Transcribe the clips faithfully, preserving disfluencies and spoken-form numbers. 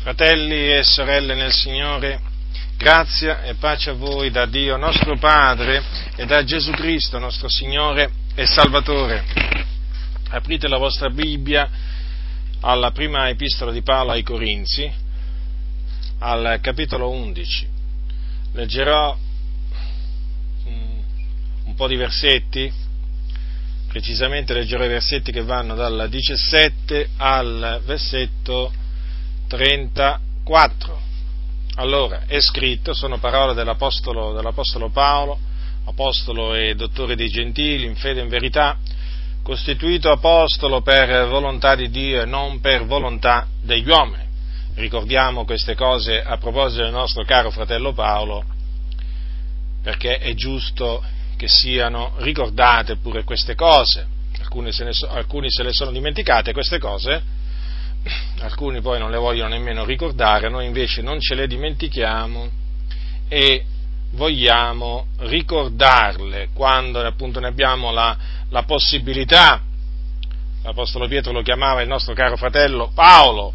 Fratelli e sorelle nel Signore, grazia e pace a voi da Dio nostro Padre e da Gesù Cristo nostro Signore e Salvatore. Aprite la vostra Bibbia alla prima epistola di Paolo ai Corinzi, al capitolo undici. Leggerò un po' di versetti, precisamente leggerò i versetti che vanno dal diciassette al versetto trentaquattro. Allora, è scritto, sono parole dell'apostolo, dell'apostolo Paolo, apostolo e dottore dei gentili, in fede e in verità, costituito apostolo per volontà di Dio e non per volontà degli uomini. Ricordiamo queste cose a proposito del nostro caro fratello Paolo, perché è giusto che siano ricordate pure queste cose. Alcuni se, ne so, alcuni se le sono dimenticate queste cose, alcuni poi non le vogliono nemmeno ricordare, noi invece non ce le dimentichiamo e vogliamo ricordarle quando appunto ne abbiamo la, la possibilità. L'Apostolo Pietro lo chiamava il nostro caro fratello Paolo.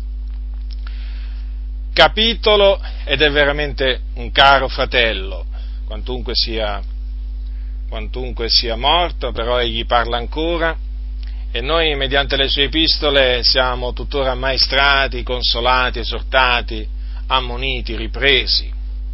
Capitolo, ed è veramente un caro fratello, quantunque sia, quantunque sia morto, però egli parla ancora. E noi, mediante le sue epistole, siamo tuttora ammaestrati, consolati, esortati, ammoniti, ripresi.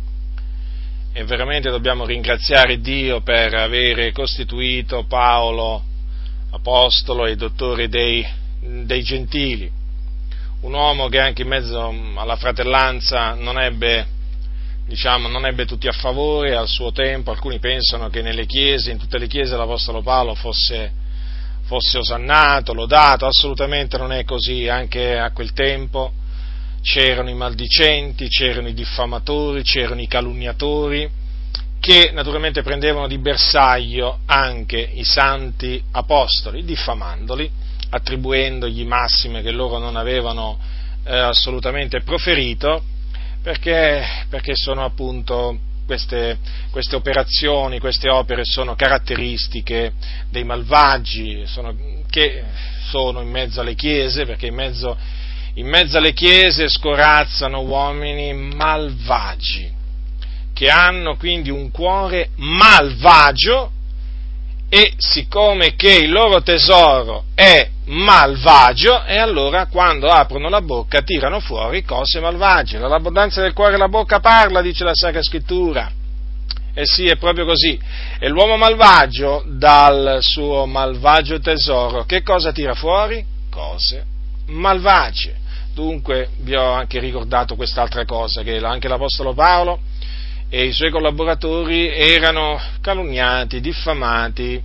E veramente dobbiamo ringraziare Dio per avere costituito Paolo apostolo e dottore dei, dei gentili. Un uomo che anche in mezzo alla fratellanza non ebbe, diciamo, non ebbe tutti a favore al suo tempo. Alcuni pensano che nelle chiese, in tutte le chiese, l'apostolo Paolo fosse fosse osannato, lodato. Assolutamente non è così. Anche a quel tempo c'erano i maldicenti, c'erano i diffamatori, c'erano i calunniatori, che naturalmente prendevano di bersaglio anche i santi apostoli, diffamandoli, attribuendogli massime che loro non avevano eh, assolutamente proferito, perché, perché sono appunto Queste, queste operazioni, queste opere sono caratteristiche dei malvagi, sono, che sono in mezzo alle chiese, perché in mezzo, in mezzo alle chiese scorazzano uomini malvagi, che hanno quindi un cuore malvagio, e siccome che il loro tesoro è malvagio, e allora quando aprono la bocca tirano fuori cose malvagie. Dall'abbondanza del cuore la bocca parla, dice la Sacra Scrittura. E sì, è proprio così. E l'uomo malvagio, dal suo malvagio tesoro, che cosa tira fuori? Cose malvagie. Dunque vi ho anche ricordato quest'altra cosa, che anche l'Apostolo Paolo e i suoi collaboratori erano calunniati, diffamati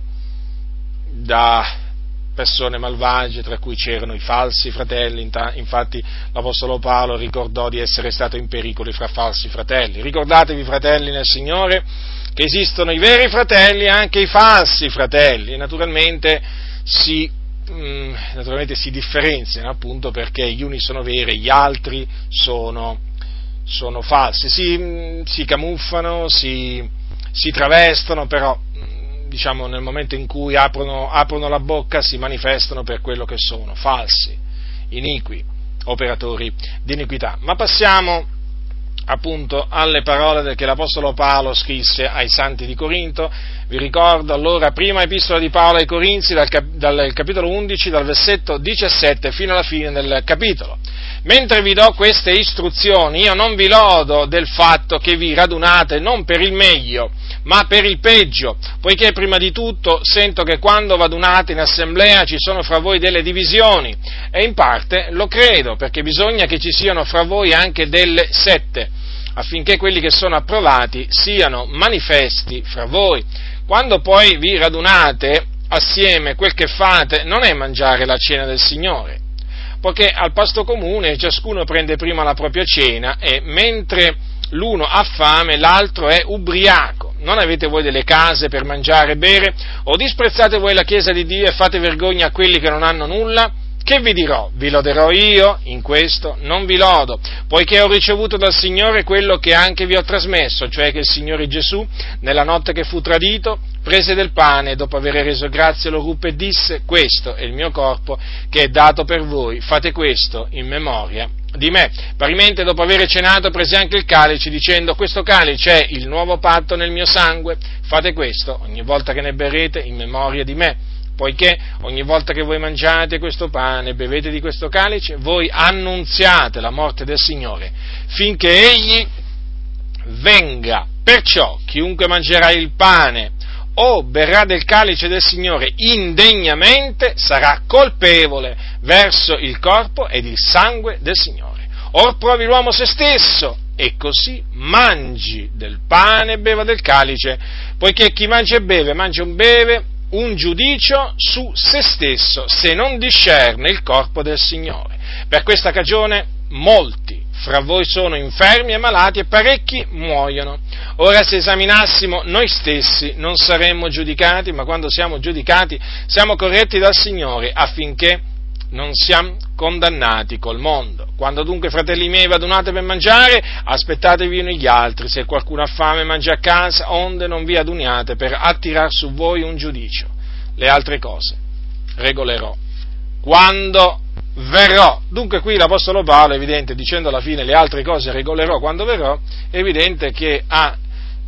da persone malvagie, tra cui c'erano i falsi fratelli. Infatti l'Apostolo Paolo ricordò di essere stato in pericolo fra falsi fratelli. Ricordatevi, fratelli nel Signore, che esistono i veri fratelli e anche i falsi fratelli, e naturalmente si, mh, naturalmente si differenziano, appunto perché gli uni sono veri, gli altri sono sono falsi, si, si camuffano, si, si travestono, però diciamo nel momento in cui aprono, aprono la bocca si manifestano per quello che sono, falsi, iniqui, operatori di iniquità. Ma passiamo appunto alle parole che l'Apostolo Paolo scrisse ai santi di Corinto. Vi ricordo allora, prima epistola di Paolo ai Corinzi, dal, cap- dal capitolo undici, dal versetto diciassette fino alla fine del capitolo. Mentre vi do queste istruzioni, io non vi lodo del fatto che vi radunate non per il meglio, ma per il peggio, poiché prima di tutto sento che quando vadunate in assemblea ci sono fra voi delle divisioni, e in parte lo credo, perché bisogna che ci siano fra voi anche delle sette, affinché quelli che sono approvati siano manifesti fra voi. Quando poi vi radunate assieme, quel che fate non è mangiare la cena del Signore, poiché al pasto comune ciascuno prende prima la propria cena, e mentre l'uno ha fame l'altro è ubriaco. Non avete voi delle case per mangiare e bere? O disprezzate voi la Chiesa di Dio e fate vergogna a quelli che non hanno nulla? Che vi dirò? Vi loderò io? In questo non vi lodo, poiché ho ricevuto dal Signore quello che anche vi ho trasmesso, cioè che il Signore Gesù, nella notte che fu tradito, prese del pane e dopo aver reso grazie lo ruppe e disse: questo è il mio corpo che è dato per voi, fate questo in memoria di me. Parimente, dopo aver cenato, prese anche il calice dicendo: questo calice è il nuovo patto nel mio sangue, fate questo ogni volta che ne berrete in memoria di me. Poiché ogni volta che voi mangiate questo pane e bevete di questo calice, voi annunziate la morte del Signore, finché Egli venga. Perciò chiunque mangerà il pane o berrà del calice del Signore indegnamente sarà colpevole verso il corpo ed il sangue del Signore. Or provi l'uomo se stesso, e così mangi del pane e beva del calice, poiché chi mangia e beve, mangia un beve, un giudicio su se stesso, se non discerne il corpo del Signore. Per questa cagione molti fra voi sono infermi e malati e parecchi muoiono. Ora, se esaminassimo noi stessi non saremmo giudicati, ma quando siamo giudicati siamo corretti dal Signore, affinché non siamo condannati col mondo. Quando dunque, fratelli miei, adunate per mangiare, aspettatevi uni gli altri. Se qualcuno ha fame, mangia a casa, onde non vi aduniate per attirar su voi un giudicio. Le altre cose regolerò quando verrò. Dunque qui l'Apostolo Paolo, è evidente, dicendo alla fine le altre cose regolerò quando verrò, è evidente che ha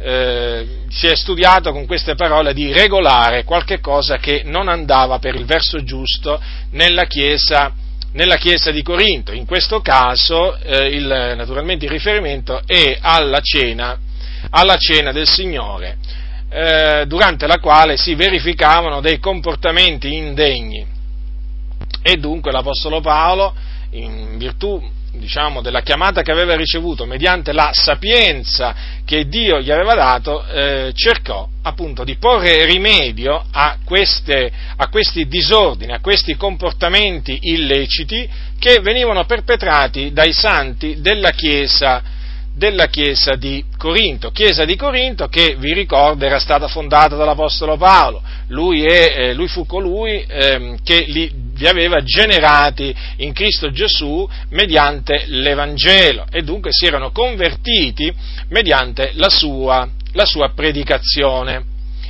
Eh, si è studiato con queste parole di regolare qualche cosa che non andava per il verso giusto nella Chiesa, nella Chiesa di Corinto. In questo caso eh, il, naturalmente il riferimento è alla cena, alla cena del Signore, eh, durante la quale si verificavano dei comportamenti indegni, e dunque l'Apostolo Paolo, in virtù diciamo della chiamata che aveva ricevuto mediante la sapienza che Dio gli aveva dato, eh, cercò appunto di porre rimedio a queste, a questi disordini, a questi comportamenti illeciti che venivano perpetrati dai santi della Chiesa della Chiesa di Corinto, Chiesa di Corinto che, vi ricordo, era stata fondata dall'Apostolo Paolo. Lui, è, eh, lui fu colui eh, che li, li aveva generati in Cristo Gesù mediante l'Evangelo, e dunque si erano convertiti mediante la sua, la sua predicazione.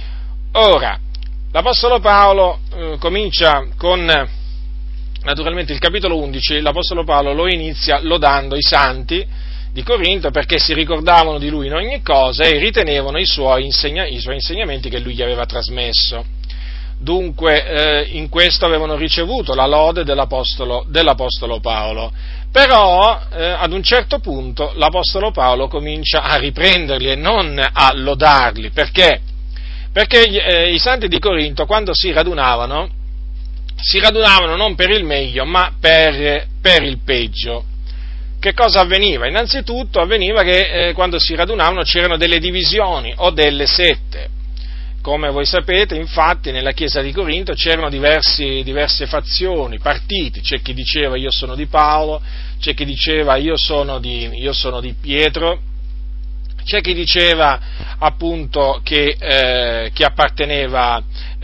Ora, l'Apostolo Paolo eh, comincia con, naturalmente, il capitolo undici, l'Apostolo Paolo lo inizia lodando i santi di Corinto, perché si ricordavano di lui in ogni cosa e ritenevano i suoi, insegna, i suoi insegnamenti che lui gli aveva trasmesso. Dunque eh, in questo avevano ricevuto la lode dell'Apostolo, dell'Apostolo Paolo. Però eh, ad un certo punto l'Apostolo Paolo comincia a riprenderli e non a lodarli. Perché? Perché eh, i santi di Corinto, quando si radunavano, si radunavano non per il meglio, ma per, per il peggio. Che cosa avveniva? Innanzitutto avveniva che eh, quando si radunavano c'erano delle divisioni o delle sette. Come voi sapete, infatti, nella Chiesa di Corinto c'erano diversi, diverse fazioni, partiti. C'è chi diceva io sono di Paolo, c'è chi diceva io sono di, io sono di Pietro, c'è chi diceva appunto che, eh, che apparteneva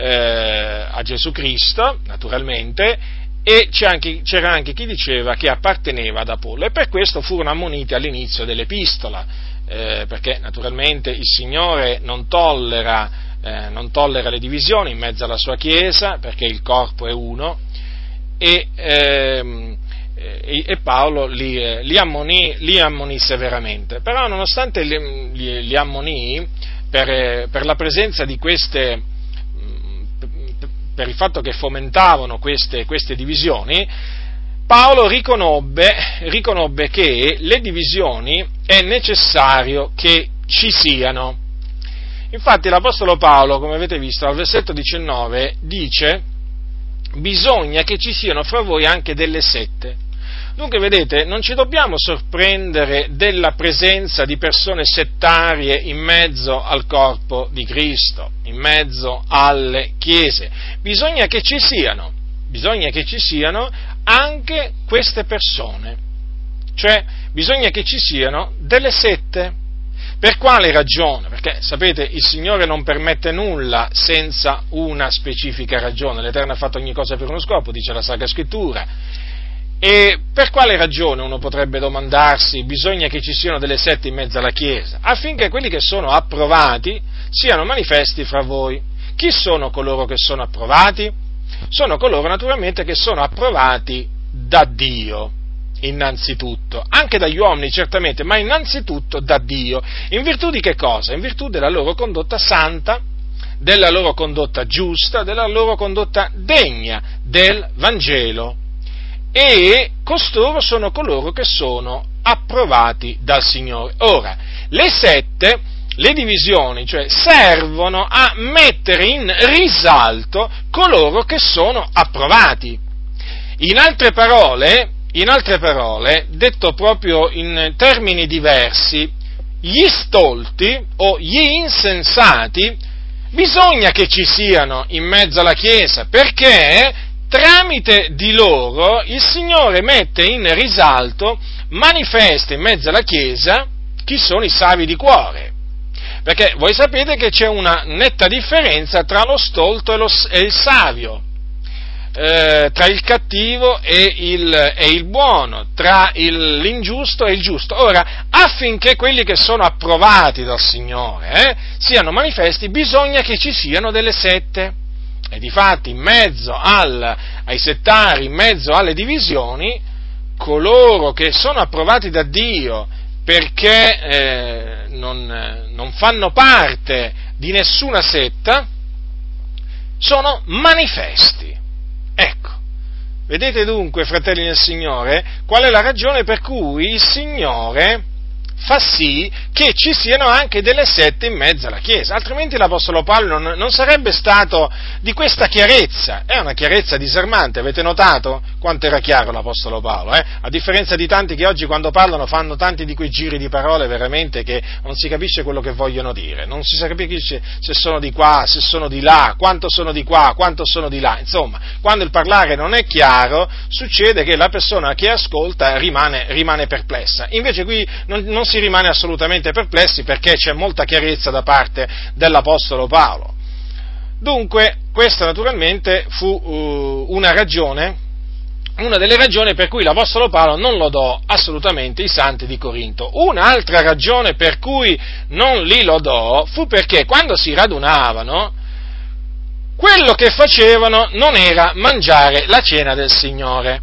eh, a Gesù Cristo, naturalmente, e c'è anche, c'era anche chi diceva che apparteneva ad Apollo, e per questo furono ammoniti all'inizio dell'epistola, eh, perché naturalmente il Signore non tollera, eh, non tollera le divisioni in mezzo alla sua Chiesa, perché il corpo è uno, e, ehm, e, e Paolo li, li, ammonì, li ammonì severamente. Però nonostante li, li, li ammonì per, per la presenza di queste, per il fatto che fomentavano queste, queste divisioni, Paolo riconobbe, riconobbe che le divisioni è necessario che ci siano. Infatti l'Apostolo Paolo, come avete visto, al versetto diciannove dice: bisogna che ci siano fra voi anche delle sette. Dunque, vedete, non ci dobbiamo sorprendere della presenza di persone settarie in mezzo al corpo di Cristo, in mezzo alle chiese. Bisogna che ci siano, bisogna che ci siano anche queste persone, cioè bisogna che ci siano delle sette. Per quale ragione? Perché, sapete, il Signore non permette nulla senza una specifica ragione. L'Eterno ha fatto ogni cosa per uno scopo, dice la Sacra Scrittura. E per quale ragione, uno potrebbe domandarsi, bisogna che ci siano delle sette in mezzo alla Chiesa? Affinché quelli che sono approvati siano manifesti fra voi. Chi sono coloro che sono approvati? Sono coloro naturalmente che sono approvati da Dio, innanzitutto, anche dagli uomini certamente, ma innanzitutto da Dio. In virtù di che cosa? In virtù della loro condotta santa, della loro condotta giusta, della loro condotta degna del Vangelo. E costoro sono coloro che sono approvati dal Signore. Ora, le sette, le divisioni, cioè, servono a mettere in risalto coloro che sono approvati. In altre parole, in altre parole, detto proprio in termini diversi, gli stolti o gli insensati bisogna che ci siano in mezzo alla Chiesa, perché tramite di loro il Signore mette in risalto, manifesta in mezzo alla Chiesa chi sono i savi di cuore. Perché voi sapete che c'è una netta differenza tra lo stolto e, lo, e il savio, eh, tra il cattivo e il, e il buono, tra il, l'ingiusto e il giusto. Ora, affinché quelli che sono approvati dal Signore eh, siano manifesti, bisogna che ci siano delle sette. E difatti, in mezzo al, ai settari, in mezzo alle divisioni, coloro che sono approvati da Dio perché eh, non, non fanno parte di nessuna setta, sono manifesti. Ecco, vedete dunque, fratelli nel Signore, qual è la ragione per cui il Signore fa sì che ci siano anche delle sette in mezzo alla Chiesa, altrimenti l'Apostolo Paolo non, non sarebbe stato di questa chiarezza. È una chiarezza disarmante, avete notato quanto era chiaro l'Apostolo Paolo, eh? A differenza di tanti che oggi quando parlano fanno tanti di quei giri di parole veramente che non si capisce quello che vogliono dire, non si capisce se sono di qua, se sono di là, quanto sono di qua, quanto sono di là, insomma, quando il parlare non è chiaro succede che la persona che ascolta rimane, rimane perplessa. Invece qui non, non si rimane assolutamente perplessi perché c'è molta chiarezza da parte dell'Apostolo Paolo. Dunque, questa naturalmente fu uh, una ragione, una delle ragioni per cui l'Apostolo Paolo non lodò assolutamente i santi di Corinto. Un'altra ragione per cui non li lodò fu perché quando si radunavano, quello che facevano non era mangiare la cena del Signore.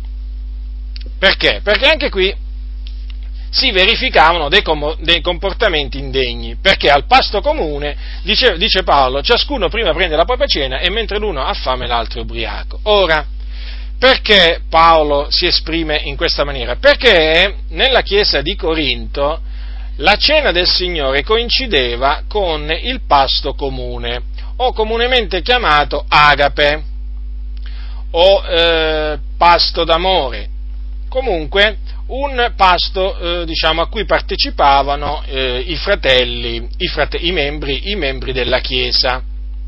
Perché? Perché anche qui si verificavano dei, com- dei comportamenti indegni, perché al pasto comune, dice, dice Paolo, ciascuno prima prende la propria cena e mentre l'uno ha fame l'altro è ubriaco. Ora, perché Paolo si esprime in questa maniera? Perché nella chiesa di Corinto la cena del Signore coincideva con il pasto comune, o comunemente chiamato agape, o eh, pasto d'amore, comunque un pasto eh, diciamo a cui partecipavano eh, i fratelli, i, frate- i, membri, i membri della Chiesa.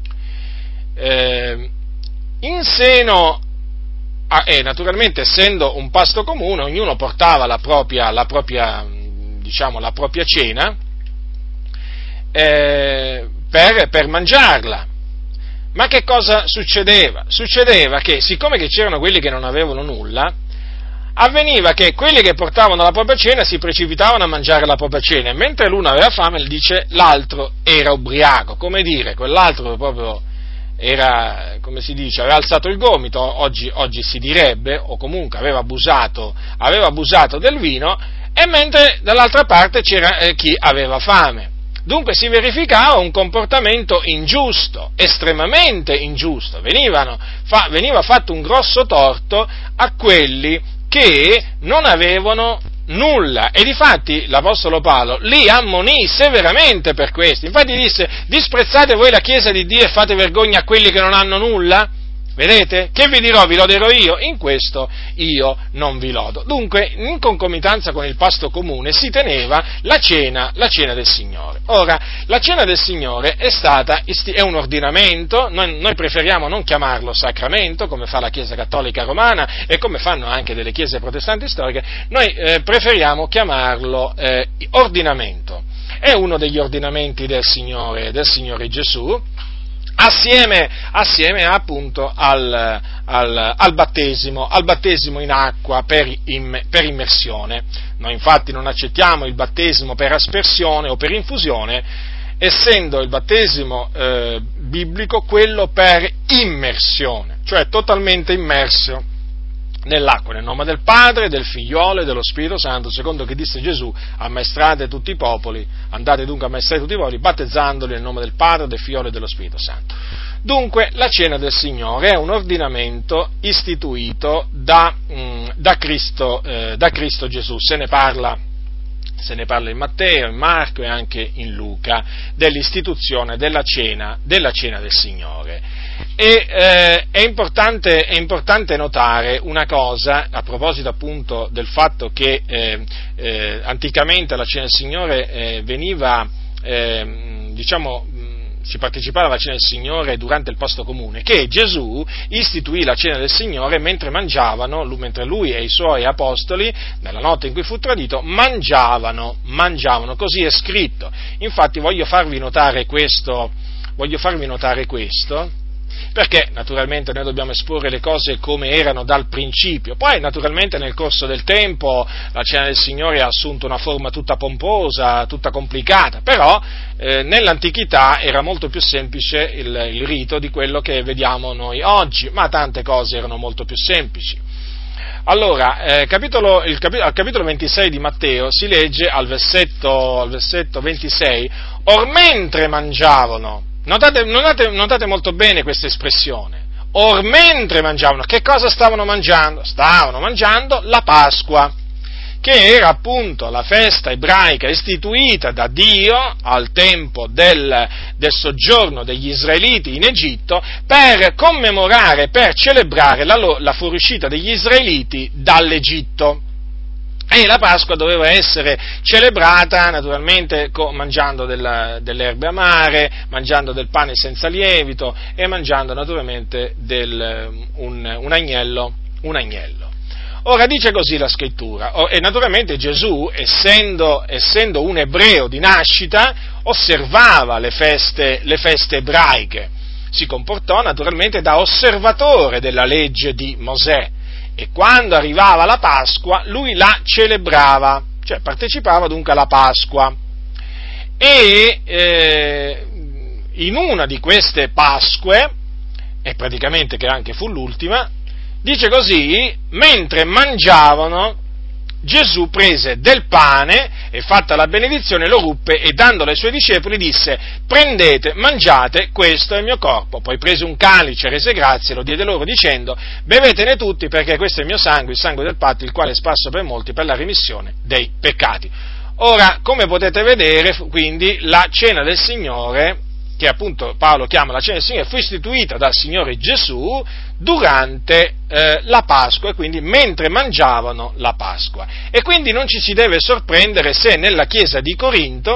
Eh, in seno a, e naturalmente essendo un pasto comune, ognuno portava la propria, la propria, diciamo, la propria cena eh, per, per mangiarla. Ma che cosa succedeva? Succedeva che, siccome che c'erano quelli che non avevano nulla, avveniva che quelli che portavano la propria cena si precipitavano a mangiare la propria cena, e mentre l'uno aveva fame, dice, l'altro era ubriaco, come dire, quell'altro proprio era, come si dice, aveva alzato il gomito, oggi, oggi si direbbe, o comunque aveva abusato, aveva abusato del vino, e mentre dall'altra parte c'era eh, chi aveva fame. Dunque si verificava un comportamento ingiusto, estremamente ingiusto, Venivano, fa, veniva fatto un grosso torto a quelli che non avevano nulla, e difatti l'Apostolo Paolo li ammonì severamente per questo. Infatti disse: disprezzate voi la Chiesa di Dio e fate vergogna a quelli che non hanno nulla? Vedete? Che vi dirò? Vi loderò io? In questo io non vi lodo. Dunque, in concomitanza con il pasto comune si teneva la cena, la cena del Signore. Ora, la cena del Signore è stata, è un ordinamento, noi, noi preferiamo non chiamarlo sacramento, come fa la Chiesa Cattolica Romana e come fanno anche delle chiese protestanti storiche, noi eh, preferiamo chiamarlo eh, ordinamento. è uno degli ordinamenti del Signore, del Signore Gesù, assieme, assieme appunto al, al, al battesimo, al battesimo in acqua per, im, per immersione. Noi infatti non accettiamo il battesimo per aspersione o per infusione, essendo il battesimo eh, biblico quello per immersione, cioè totalmente immerso nell'acqua, nel nome del Padre, del Figliolo e dello Spirito Santo, secondo che disse Gesù: ammaestrate tutti i popoli, andate dunque a ammaestrare tutti i popoli, battezzandoli nel nome del Padre, del Figliolo e dello Spirito Santo. Dunque, la cena del Signore è un ordinamento istituito da, mh, da, Cristo, eh, da Cristo Gesù. Se ne parla Se ne parla in Matteo, in Marco e anche in Luca, dell'istituzione della cena, della cena del Signore. E eh, è, importante, è importante notare una cosa, a proposito appunto del fatto che eh, eh, anticamente alla cena del Signore eh, veniva, eh, diciamo, si partecipava alla cena del Signore durante il posto comune, che Gesù istituì la cena del Signore mentre mangiavano, mentre lui e i suoi apostoli, nella notte in cui fu tradito, mangiavano, mangiavano, così è scritto. Infatti voglio farvi notare questo, voglio farvi notare questo, perché naturalmente noi dobbiamo esporre le cose come erano dal principio. Poi naturalmente nel corso del tempo la cena del Signore ha assunto una forma tutta pomposa, tutta complicata, però eh, nell'antichità era molto più semplice il, il rito di quello che vediamo noi oggi, ma tante cose erano molto più semplici. Allora, eh, capitolo, il capi- al capitolo ventisei di Matteo si legge al versetto, al versetto ventisei: or mentre mangiavano. Notate, notate, notate molto bene questa espressione, or mentre mangiavano. Che cosa stavano mangiando? Stavano mangiando la Pasqua, che era appunto la festa ebraica istituita da Dio al tempo del, del soggiorno degli israeliti in Egitto, per commemorare, per celebrare la, la fuoriuscita degli israeliti dall'Egitto. E la Pasqua doveva essere celebrata naturalmente mangiando della, delle erbe amare, mangiando del pane senza lievito e mangiando naturalmente del, un, un agnello, un agnello. Ora dice così la Scrittura, e naturalmente Gesù, essendo, essendo un ebreo di nascita, osservava le feste, le feste ebraiche, si comportò naturalmente da osservatore della legge di Mosè. E quando arrivava la Pasqua, lui la celebrava, cioè partecipava dunque alla Pasqua. E eh, in una di queste Pasque, e praticamente che anche fu l'ultima, dice così: mentre mangiavano, Gesù prese del pane e fatta la benedizione lo ruppe e dandolo ai suoi discepoli disse: prendete, mangiate, questo è il mio corpo. Poi prese un calice, rese grazie, lo diede loro dicendo: bevetene tutti, perché questo è il mio sangue, il sangue del patto, il quale è sparso per molti per la remissione dei peccati. Ora, come potete vedere, quindi la cena del Signore, che appunto Paolo chiama la cena del Signore, fu istituita dal Signore Gesù durante eh, la Pasqua, e quindi mentre mangiavano la Pasqua. E quindi non ci si deve sorprendere se nella chiesa di Corinto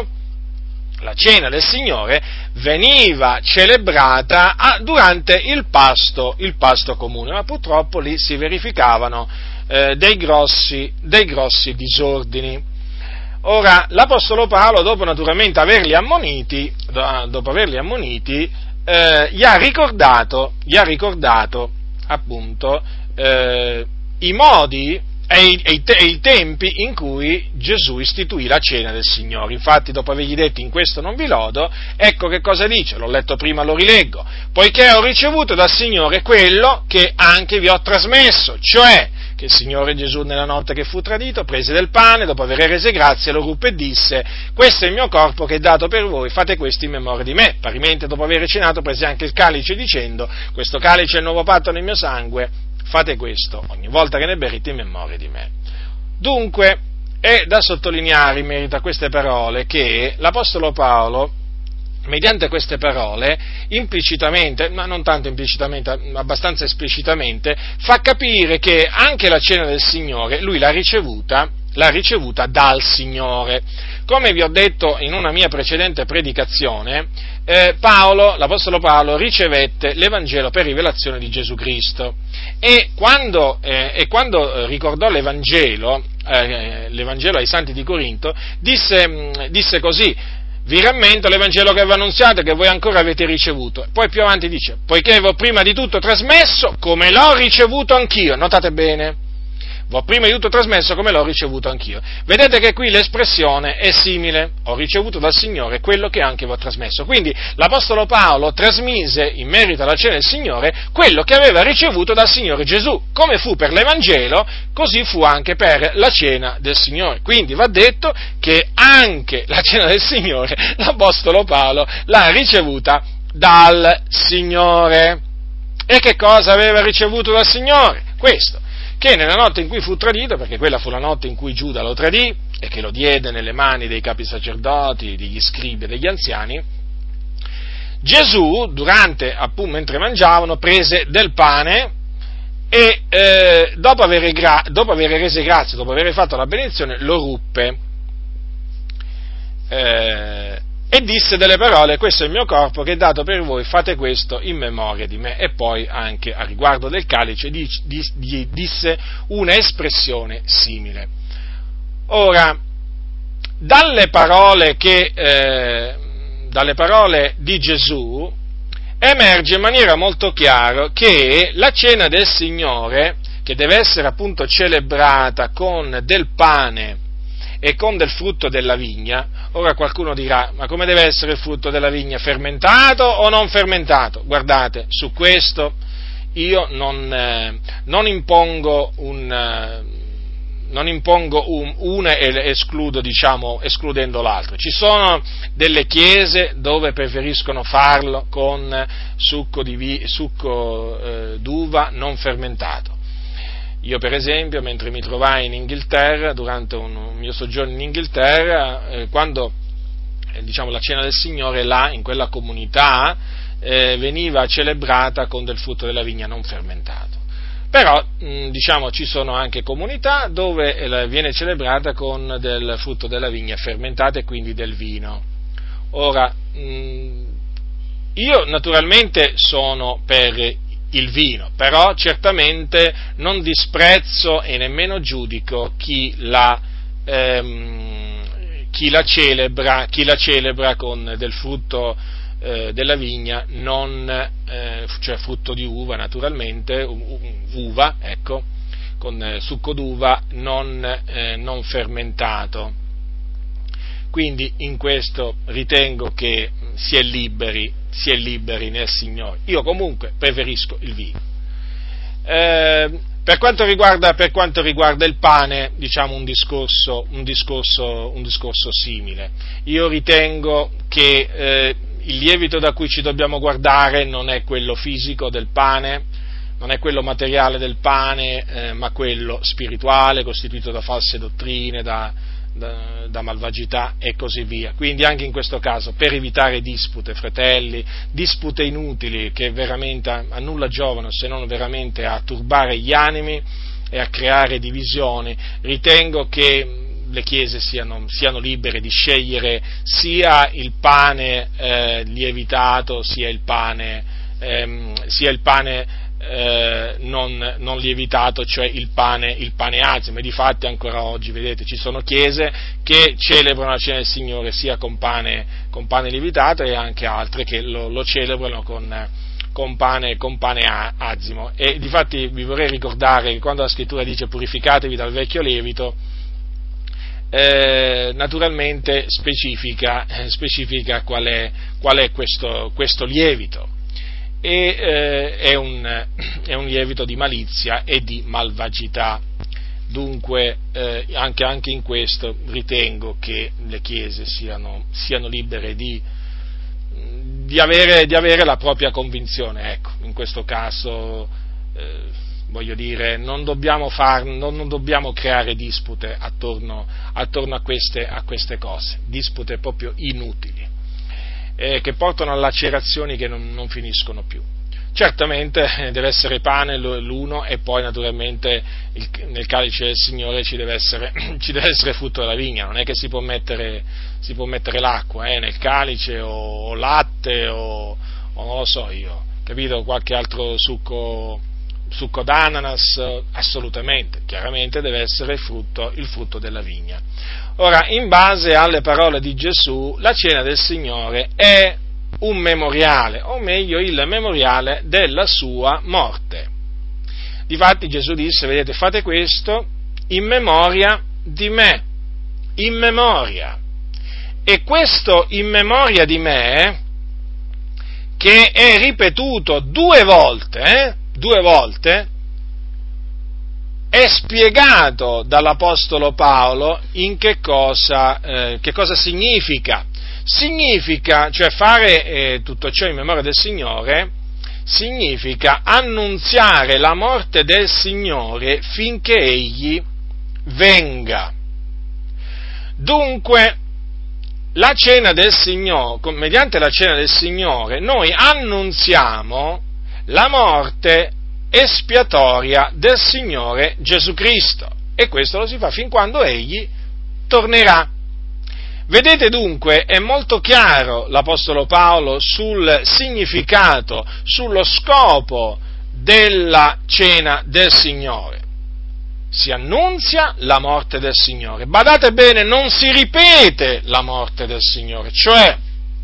la cena del Signore veniva celebrata a, durante il pasto, il pasto comune, ma purtroppo lì si verificavano eh, dei grossi, dei grossi disordini. Ora, l'Apostolo Paolo, dopo naturalmente averli ammoniti, dopo averli ammoniti, eh, gli ha ricordato, gli ha ricordato appunto eh, i modi e i, e, i te, e i tempi in cui Gesù istituì la cena del Signore. Infatti, dopo avergli detto: in questo non vi lodo, ecco che cosa dice, l'ho letto prima, lo rileggo: poiché ho ricevuto dal Signore quello che anche vi ho trasmesso, cioè che il Signore Gesù nella notte che fu tradito prese del pane, dopo aver rese grazie lo ruppe e disse: questo è il mio corpo che è dato per voi, fate questo in memoria di me. Parimenti dopo aver cenato prese anche il calice dicendo: questo calice è il nuovo patto nel mio sangue, fate questo ogni volta che ne berrete in memoria di me. Dunque è da sottolineare in merito a queste parole che l'Apostolo Paolo, mediante queste parole, implicitamente, ma non tanto implicitamente, ma abbastanza esplicitamente, fa capire che anche la cena del Signore lui l'ha ricevuta, l'ha ricevuta dal Signore. Come vi ho detto in una mia precedente predicazione, eh, Paolo, l'Apostolo Paolo ricevette l'Evangelo per rivelazione di Gesù Cristo, e quando, eh, e quando ricordò l'Evangelo, eh, l'Evangelo ai santi di Corinto, disse, disse così: vi rammento l'Evangelo che vi ho annunziato e che voi ancora avete ricevuto. Poi più avanti dice, poiché vi ho prima di tutto trasmesso come l'ho ricevuto anch'io. Notate bene, vi ho prima di tutto trasmesso come l'ho ricevuto anch'io. Vedete che qui l'espressione è simile, ho ricevuto dal Signore quello che anche vi ho trasmesso. Quindi l'Apostolo Paolo trasmise in merito alla cena del Signore quello che aveva ricevuto dal Signore Gesù. Come fu per l'Evangelo, così fu anche per la cena del Signore. Quindi va detto che anche la cena del Signore l'Apostolo Paolo l'ha ricevuta dal Signore. E che cosa aveva ricevuto dal Signore? Questo, che nella notte in cui fu tradito, perché quella fu la notte in cui Giuda lo tradì e che lo diede nelle mani dei capi sacerdoti, degli scribi e degli anziani, Gesù, durante, appunto, mentre mangiavano, prese del pane e eh, dopo, aver gra- dopo aver reso grazie, dopo aver fatto la benedizione, lo ruppe eh, e disse delle parole: questo è il mio corpo che è dato per voi, fate questo in memoria di me. E poi anche a riguardo del calice disse una espressione simile. Ora, dalle parole che eh, dalle parole di Gesù emerge in maniera molto chiara che la cena del Signore, che deve essere appunto celebrata con del pane e con del frutto della vigna. Ora qualcuno dirà, ma come deve essere il frutto della vigna, fermentato o non fermentato? Guardate, su questo io non, eh, non impongo un, eh, non impongo un, una e escludo, diciamo, escludendo l'altra. Ci sono delle chiese dove preferiscono farlo con succo, di vi, succo eh, d'uva non fermentato. Io per esempio, mentre mi trovai in Inghilterra, durante un mio soggiorno in Inghilterra, eh, quando eh, diciamo, la cena del Signore là, in quella comunità, eh, veniva celebrata con del frutto della vigna non fermentato. Però, mh, diciamo, ci sono anche comunità dove eh, viene celebrata con del frutto della vigna fermentato e quindi del vino. Ora, mh, io naturalmente sono per il vino, però certamente non disprezzo e nemmeno giudico chi la, ehm, chi la celebra, chi la celebra con del frutto eh, della vigna, non, eh, cioè frutto di uva naturalmente, uva, ecco, con eh, succo d'uva non, eh, non fermentato. Quindi in questo ritengo che si è liberi, si è liberi nel Signore. Io comunque preferisco il vino. Eh, per quanto riguarda, per quanto riguarda il pane, diciamo un discorso, un discorso, un discorso simile. Io ritengo che eh, il lievito da cui ci dobbiamo guardare non è quello fisico del pane, non è quello materiale del pane, eh, ma quello spirituale, costituito da false dottrine, da Da, da malvagità e così via. Quindi anche in questo caso, per evitare dispute, fratelli, dispute inutili che veramente a, a nulla giovano, se non veramente a turbare gli animi e a creare divisioni, ritengo che le chiese siano, siano libere di scegliere sia il pane eh, lievitato, sia il pane, ehm, sia il pane Eh, non, non lievitato, cioè il pane, il pane azimo. E difatti ancora oggi, vedete, ci sono chiese che celebrano la cena del Signore sia con pane, con pane lievitato, e anche altre che lo, lo celebrano con, con pane, con pane azimo. E difatti vi vorrei ricordare che quando la Scrittura dice purificatevi dal vecchio lievito, Eh, naturalmente specifica, eh, specifica qual è, qual è questo, questo lievito. E eh, è, un, è un lievito di malizia e di malvagità. Dunque eh, anche, anche in questo ritengo che le chiese siano, siano libere di, di, avere, di avere la propria convinzione. Ecco, in questo caso eh, voglio dire, non dobbiamo, far, non, non dobbiamo creare dispute attorno, attorno a, queste, a queste cose, dispute proprio inutili, Eh, che portano a lacerazioni che non, non finiscono più. Certamente eh, deve essere pane l'uno, e poi naturalmente il, nel calice del Signore ci deve essere, ci deve essere frutto della vigna. Non è che si può mettere, si può mettere l'acqua eh, nel calice, o, o latte, o, o non lo so io, capito, qualche altro succo, succo d'ananas, assolutamente, chiaramente deve essere il frutto, il frutto della vigna. Ora, in base alle parole di Gesù, la cena del Signore è un memoriale, o meglio il memoriale della sua morte. Difatti Gesù disse, vedete, fate questo in memoria di me, in memoria. E questo in memoria di me, che è ripetuto due volte, eh, due volte, è spiegato dall'Apostolo Paolo in che cosa, eh, che cosa significa. Significa, cioè fare eh, tutto ciò in memoria del Signore, significa annunziare la morte del Signore finché Egli venga. Dunque, la cena del Signore, mediante la cena del Signore, noi annunziamo la morte espiatoria del Signore Gesù Cristo, e questo lo si fa fin quando Egli tornerà. Vedete dunque, è molto chiaro l'Apostolo Paolo sul significato, sullo scopo della cena del Signore. Si annunzia la morte del Signore. Badate bene, non si ripete la morte del Signore, cioè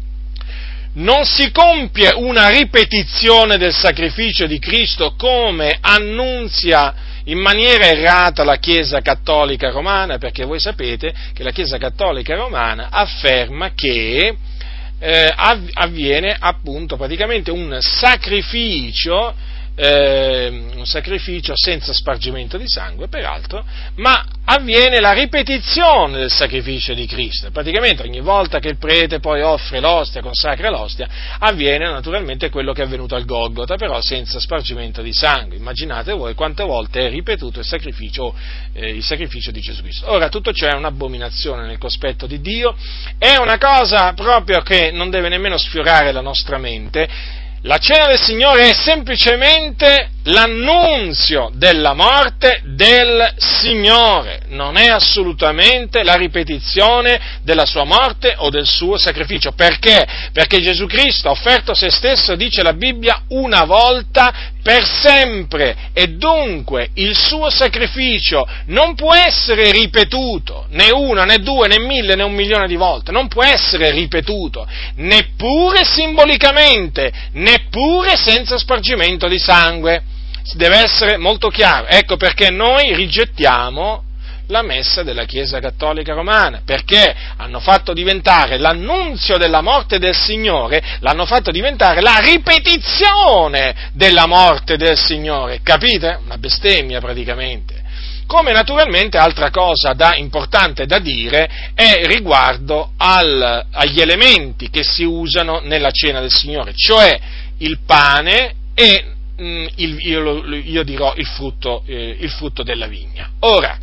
non si compie una ripetizione del sacrificio di Cristo come annunzia in maniera errata la Chiesa Cattolica Romana, perché voi sapete che la Chiesa Cattolica Romana afferma che eh, avviene appunto praticamente un sacrificio Eh, un sacrificio senza spargimento di sangue, peraltro, ma avviene la ripetizione del sacrificio di Cristo. Praticamente ogni volta che il prete poi offre l'ostia, consacra l'ostia, avviene naturalmente quello che è avvenuto al Golgota, però senza spargimento di sangue. Immaginate voi quante volte è ripetuto il sacrificio, eh, il sacrificio di Gesù Cristo. Ora, tutto ciò è un'abominazione nel cospetto di Dio, è una cosa proprio che non deve nemmeno sfiorare la nostra mente. La cena del Signore è semplicemente l'annunzio della morte del Signore, non è assolutamente la ripetizione della sua morte o del suo sacrificio. Perché? Perché Gesù Cristo ha offerto se stesso, dice la Bibbia, una volta per sempre, e dunque il suo sacrificio non può essere ripetuto, né una, né due, né mille, né un milione di volte, non può essere ripetuto, neppure simbolicamente, neppure senza spargimento di sangue. Deve essere molto chiaro. Ecco perché noi rigettiamo la messa della Chiesa Cattolica Romana, perché hanno fatto diventare l'annunzio della morte del Signore, l'hanno fatto diventare la ripetizione della morte del Signore, capite? Una bestemmia praticamente. Come naturalmente altra cosa da, importante da dire è riguardo al, agli elementi che si usano nella cena del Signore, cioè il pane e mh, il, io, io dirò il frutto, eh, il frutto della vigna. Ora,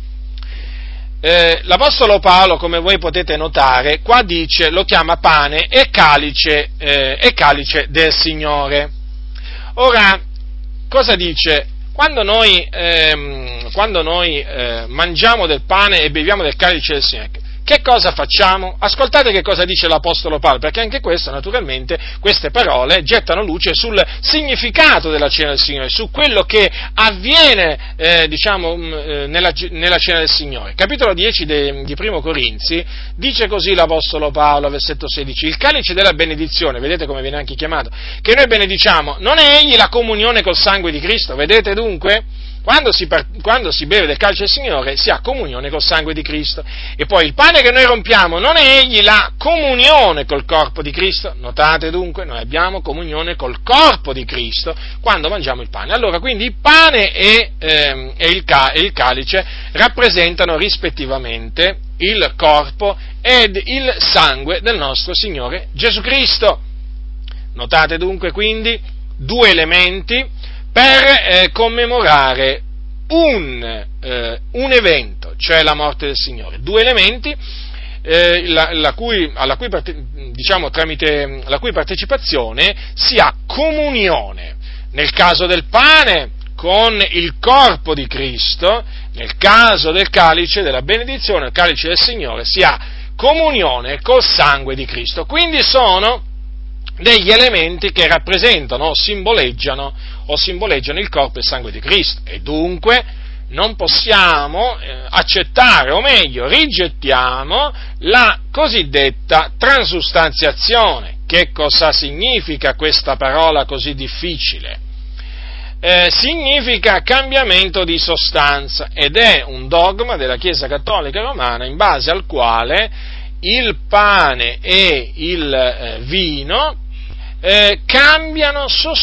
Eh, l'Apostolo Paolo, come voi potete notare, qua dice, lo chiama pane e calice, eh, e calice del Signore. Ora, cosa dice? Quando noi, ehm, quando noi eh, mangiamo del pane e beviamo del calice del Signore, che cosa facciamo? Ascoltate che cosa dice l'Apostolo Paolo, perché anche questo, naturalmente, queste parole gettano luce sul significato della cena del Signore, su quello che avviene, eh, diciamo, nella, nella cena del Signore. Capitolo dieci de, di Primo Corinzi, dice così l'Apostolo Paolo, versetto sedici, il calice della benedizione, vedete come viene anche chiamato, che noi benediciamo, non è egli la comunione col sangue di Cristo? Vedete dunque? Quando si, quando si beve del calice del Signore si ha comunione col sangue di Cristo. E poi il pane che noi rompiamo non è egli la comunione col corpo di Cristo? Notate dunque, noi abbiamo comunione col corpo di Cristo quando mangiamo il pane. Allora, quindi il pane e, ehm, e, il, ca- e il calice rappresentano rispettivamente il corpo ed il sangue del nostro Signore Gesù Cristo. Notate dunque quindi due elementi per eh, commemorare un, eh, un evento, cioè la morte del Signore. Due elementi eh, la, la cui, alla cui, diciamo, tramite la cui partecipazione si ha comunione. Nel caso del pane con il corpo di Cristo, nel caso del calice della benedizione, il calice del Signore, si ha comunione col sangue di Cristo. Quindi sono degli elementi che rappresentano o simboleggiano, o simboleggiano il corpo e il sangue di Cristo, e dunque non possiamo eh, accettare, o meglio, rigettiamo la cosiddetta transustanziazione. Che cosa significa questa parola così difficile? Eh, significa cambiamento di sostanza, ed è un dogma della Chiesa Cattolica Romana in base al quale il pane e il eh, vino eh, cambiano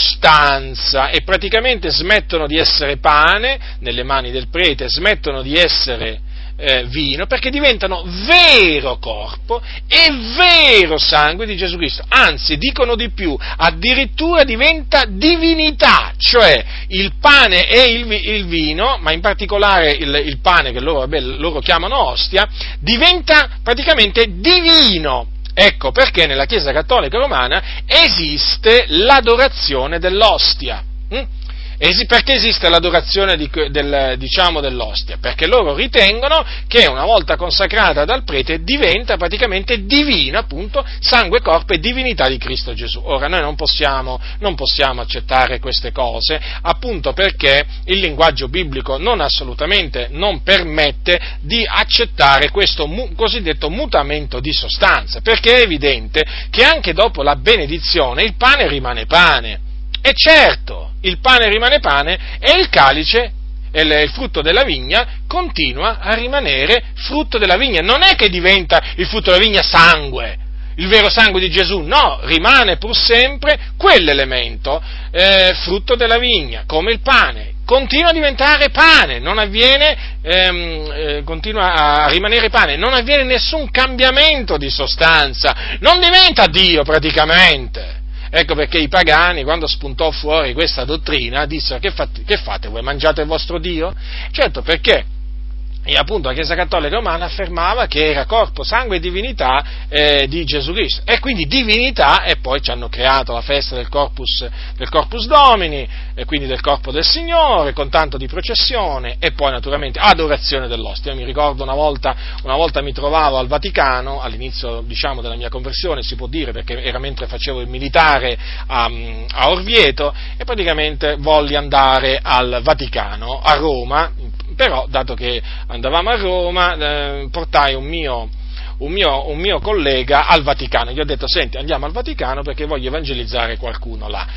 sostanza e praticamente smettono di essere pane nelle mani del prete, smettono di essere eh, vino, perché diventano vero corpo e vero sangue di Gesù Cristo. Anzi, dicono di più, addirittura diventa divinità, cioè il pane e il, il vino, ma in particolare il, il pane che loro, vabbè, loro chiamano ostia, diventa praticamente divino. Ecco perché nella Chiesa Cattolica Romana esiste l'adorazione dell'ostia. Hm? Esi, perché esiste l'adorazione di, del, diciamo, dell'ostia? Perché loro ritengono che una volta consacrata dal prete diventa praticamente divina, appunto, sangue, corpo e divinità di Cristo Gesù. Ora noi non possiamo, non possiamo accettare queste cose, appunto perché il linguaggio biblico non assolutamente non permette di accettare questo mu, cosiddetto mutamento di sostanza, perché è evidente che anche dopo la benedizione il pane rimane pane. E certo, il pane rimane pane e il calice, il, il frutto della vigna, continua a rimanere frutto della vigna. Non è che diventa il frutto della vigna sangue, il vero sangue di Gesù, no, rimane pur sempre quell'elemento, eh, frutto della vigna, come il pane. Continua a diventare pane, non avviene, ehm, eh, continua a rimanere pane, non avviene nessun cambiamento di sostanza, non diventa Dio praticamente. Ecco perché i pagani, quando spuntò fuori questa dottrina, dissero: che fate, che fate voi, mangiate il vostro Dio? Certo, perché e appunto la Chiesa Cattolica Romana affermava che era corpo, sangue e divinità eh, di Gesù Cristo, e quindi divinità, e poi ci hanno creato la festa del Corpus, del Corpus Domini, e quindi del corpo del Signore, con tanto di processione, e poi naturalmente adorazione dell'ostia. Io mi ricordo una volta, una volta mi trovavo al Vaticano, all'inizio diciamo della mia conversione, si può dire, perché era mentre facevo il militare a, a Orvieto, e praticamente volli andare al Vaticano, a Roma. Però, dato che andavamo a Roma, eh, portai un mio, un, mio, un mio collega al Vaticano. Gli ho detto: senti, andiamo al Vaticano perché voglio evangelizzare qualcuno là.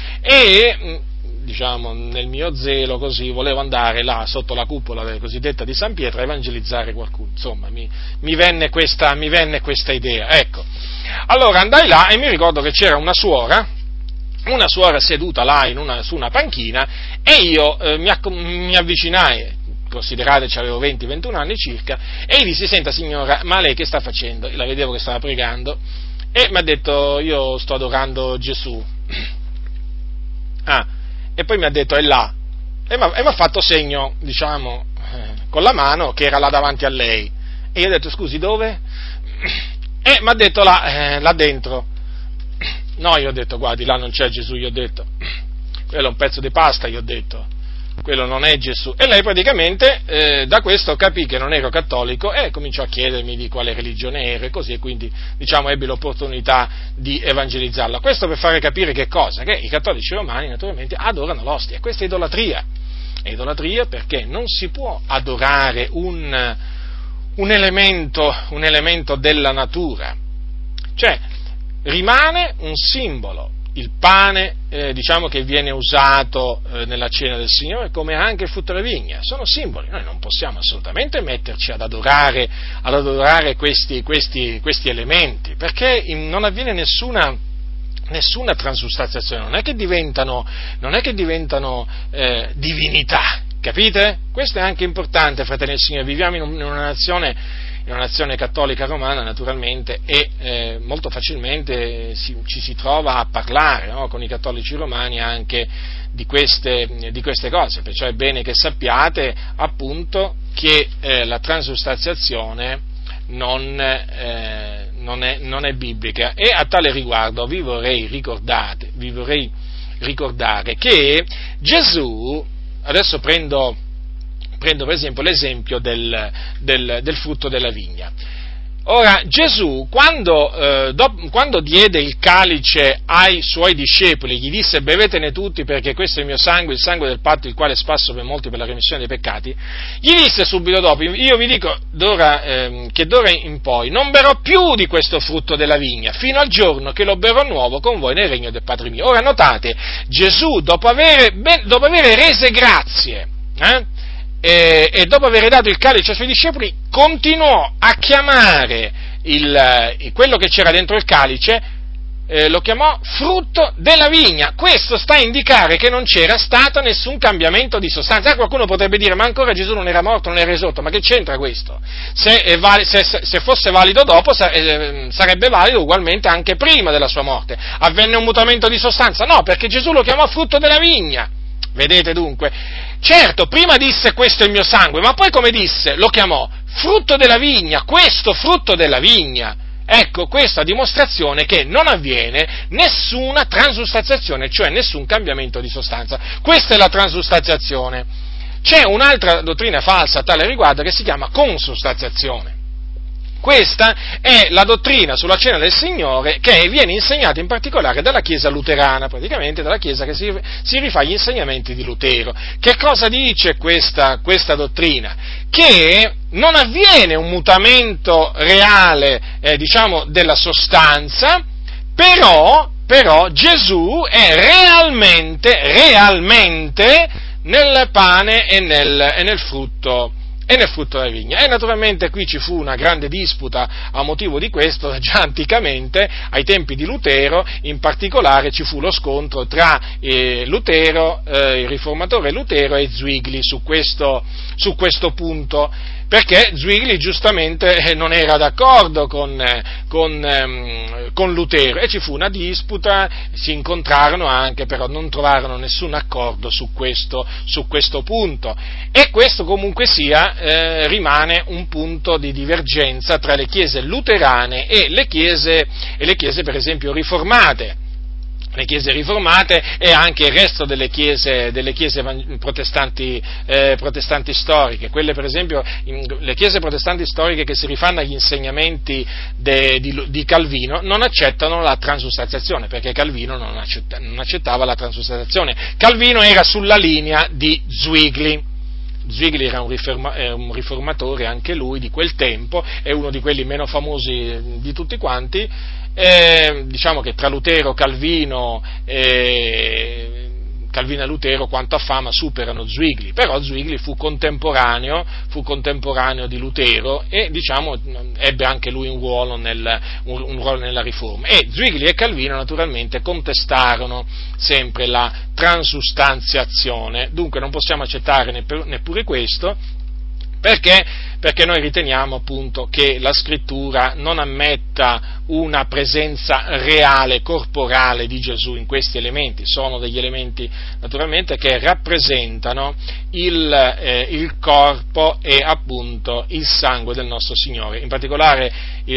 E, diciamo, nel mio zelo così, volevo andare là sotto la cupola cosiddetta di San Pietro a evangelizzare qualcuno. Insomma, mi, mi, venne questa, mi venne questa idea. Ecco. Allora andai là e mi ricordo che c'era una suora, una suora seduta là in una, su una panchina, e io eh, mi, acc- mi avvicinai. Considerate, avevo venti ventuno anni circa, e gli dissi: senta signora, ma lei che sta facendo? La vedevo che stava pregando, e mi ha detto: io sto adorando Gesù. Ah, e poi mi ha detto: è là, e mi ha fatto segno, diciamo, eh, con la mano, che era là davanti a lei, e io ho detto: scusi, dove? E mi ha detto: là, eh, là dentro. No, io ho detto: guardi, là non c'è Gesù, io ho detto, quello è un pezzo di pasta, io ho detto, quello non è Gesù. E lei praticamente eh, da questo capì che non ero cattolico e cominciò a chiedermi di quale religione ero, e così, e quindi diciamo ebbi l'opportunità di evangelizzarla. Questo per fare capire che cosa? Che i cattolici romani naturalmente adorano l'ostia, e questa è idolatria. È idolatria perché non si può adorare un, un elemento, un elemento della natura, cioè rimane un simbolo. Il pane, eh, diciamo, che viene usato eh, nella cena del Signore, come anche il frutto della vigna, sono simboli. Noi non possiamo assolutamente metterci ad adorare, ad adorare questi, questi, questi elementi, perché non avviene nessuna, nessuna transustanziazione, non è che diventano, non è che diventano eh, divinità, capite? Questo è anche importante, fratelli del Signore. Viviamo in una nazione in una nazione cattolica romana, naturalmente, e eh, molto facilmente si, ci si trova a parlare, no, con i cattolici romani anche di queste, di queste cose, perciò è bene che sappiate appunto che eh, la transustanziazione non, eh, non, è, non è biblica, e a tale riguardo vi vorrei ricordate, vi vorrei ricordare che Gesù, adesso prendo Prendo per esempio l'esempio del, del, del frutto della vigna. Ora, Gesù, quando, eh, do, quando diede il calice ai suoi discepoli, gli disse bevetene tutti perché questo è il mio sangue, il sangue del patto, il quale è spasso per molti per la remissione dei peccati, gli disse subito dopo, io vi dico d'ora, eh, che d'ora in poi non berrò più di questo frutto della vigna, fino al giorno che lo berrò nuovo con voi nel regno del Padre mio. Ora notate, Gesù, dopo avere, ben, dopo avere rese grazie, eh, E, e dopo aver dato il calice ai suoi discepoli, continuò a chiamare il, quello che c'era dentro il calice, eh, lo chiamò frutto della vigna. Questo sta a indicare che non c'era stato nessun cambiamento di sostanza. Qualcuno potrebbe dire, ma ancora Gesù non era morto, non era risorto, ma che c'entra questo? Se, è vali, se, se fosse valido dopo, sarebbe valido ugualmente anche prima della sua morte. Avvenne un mutamento di sostanza? No, perché Gesù lo chiamò frutto della vigna. Vedete dunque? Certo, prima disse questo è il mio sangue, ma poi come disse? Lo chiamò frutto della vigna, questo frutto della vigna. Ecco, questa dimostrazione che non avviene nessuna transustanziazione, cioè nessun cambiamento di sostanza. Questa è la transustanziazione. C'è un'altra dottrina falsa a tale riguardo che si chiama consustanziazione. Questa è la dottrina sulla cena del Signore che viene insegnata in particolare dalla Chiesa luterana, praticamente dalla Chiesa che si, si rifà agli insegnamenti di Lutero. Che cosa dice questa, questa dottrina? Che non avviene un mutamento reale, eh, diciamo, della sostanza, però, però Gesù è realmente, realmente nel pane e nel, e nel frutto e nel frutto della vigna. E naturalmente qui ci fu una grande disputa a motivo di questo, già anticamente, ai tempi di Lutero, in particolare ci fu lo scontro tra eh, Lutero, eh, il riformatore Lutero e Zwingli su questo, su questo punto, perché Zwingli giustamente non era d'accordo con, con, ehm, con Lutero, e ci fu una disputa, si incontrarono anche, però non trovarono nessun accordo su questo, su questo punto, e questo comunque sia eh, rimane un punto di divergenza tra le chiese luterane e le chiese, e le chiese per esempio riformate. Le chiese riformate e anche il resto delle chiese, delle chiese protestanti, eh, protestanti storiche, quelle per esempio, in, le chiese protestanti storiche che si rifanno agli insegnamenti de, di, di Calvino non accettano la transustanziazione, perché Calvino non, accetta, non accettava la transustanziazione. Calvino era sulla linea di Zwingli. Zwingli era un, riforma, eh, un riformatore anche lui di quel tempo, è uno di quelli meno famosi di tutti quanti. Eh, diciamo che tra Lutero, Calvino e Calvino e Lutero quanto a fama superano Zwingli, però Zwingli fu contemporaneo, fu contemporaneo di Lutero e diciamo ebbe anche lui un ruolo, nel, un, un ruolo nella riforma. E Zwingli e Calvino naturalmente contestarono sempre la transustanziazione, dunque non possiamo accettare neppure questo. Perché? Perché noi riteniamo appunto che la Scrittura non ammetta una presenza reale, corporale di Gesù in questi elementi. Sono degli elementi naturalmente che rappresentano il, eh, il corpo e appunto il sangue del nostro Signore. In particolare il,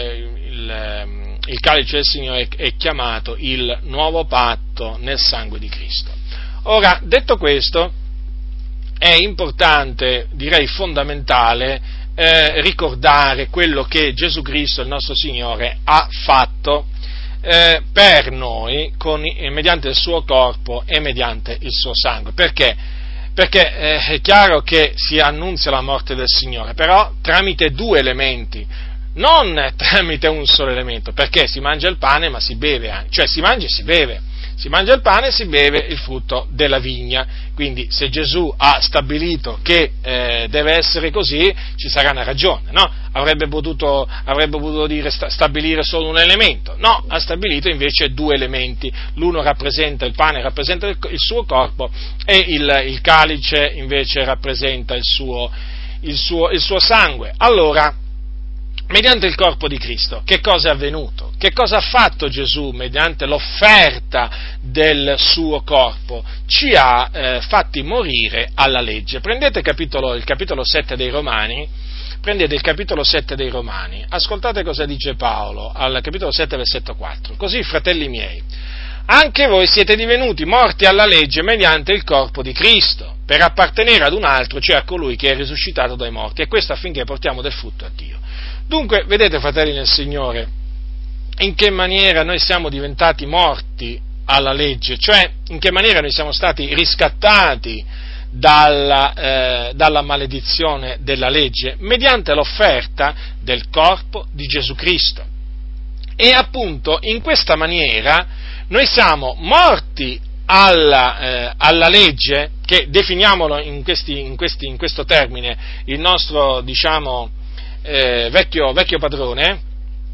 il, il calice del Signore è chiamato il nuovo patto nel sangue di Cristo. Ora, detto questo, è importante, direi fondamentale, eh, ricordare quello che Gesù Cristo, il nostro Signore, ha fatto eh, per noi con, eh, mediante il suo corpo e mediante il suo sangue. Perché? Perché eh, è chiaro che si annunzia la morte del Signore, però tramite due elementi, non tramite un solo elemento, perché si mangia il pane ma si beve anche, cioè si mangia e si beve. Si mangia il pane e si beve il frutto della vigna, quindi se Gesù ha stabilito che eh, deve essere così, ci sarà una ragione, no? Avrebbe potuto, avrebbe potuto dire sta, stabilire solo un elemento, no, ha stabilito invece due elementi, l'uno rappresenta il pane, rappresenta il, il suo corpo, e il, il calice invece rappresenta il suo, il suo, il suo sangue. Allora, mediante il corpo di Cristo, che cosa è avvenuto? Che cosa ha fatto Gesù mediante l'offerta del suo corpo? Ci ha eh, fatti morire alla legge. Prendete il capitolo, il capitolo sette dei Romani, prendete il capitolo sette dei Romani, ascoltate cosa dice Paolo al capitolo sette, versetto quattro. Così, fratelli miei, anche voi siete divenuti morti alla legge mediante il corpo di Cristo, per appartenere ad un altro, cioè a colui che è risuscitato dai morti, e questo affinché portiamo del frutto a Dio. Dunque, vedete, fratelli nel Signore, in che maniera noi siamo diventati morti alla legge, cioè in che maniera noi siamo stati riscattati dalla, eh, dalla maledizione della legge, mediante l'offerta del corpo di Gesù Cristo. E appunto in questa maniera noi siamo morti alla, eh, alla legge, che definiamolo in, questi, in, questi, in questo termine, il nostro, diciamo, eh, vecchio, vecchio padrone,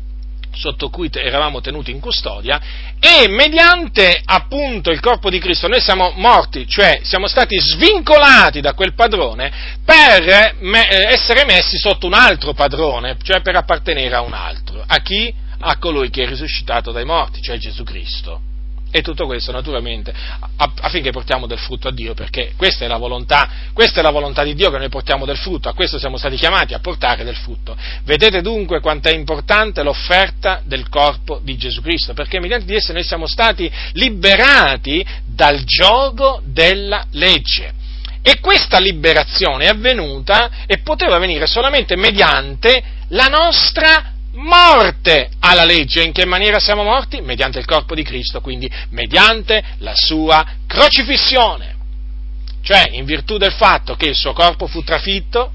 sotto cui eravamo tenuti in custodia, e mediante appunto il corpo di Cristo noi siamo morti, cioè siamo stati svincolati da quel padrone per me, essere messi sotto un altro padrone, cioè per appartenere a un altro. A chi? A colui che è risuscitato dai morti, cioè Gesù Cristo. E tutto questo naturalmente affinché portiamo del frutto a Dio, perché questa è la volontà, questa è la volontà di Dio, che noi portiamo del frutto, a questo siamo stati chiamati, a portare del frutto. Vedete dunque quanto è importante l'offerta del corpo di Gesù Cristo, perché mediante di essa noi siamo stati liberati dal giogo della legge. E questa liberazione è avvenuta e poteva avvenire solamente mediante la nostra morte alla legge. In che maniera siamo morti? Mediante il corpo di Cristo, quindi mediante la sua crocifissione. Cioè, in virtù del fatto che il suo corpo fu trafitto,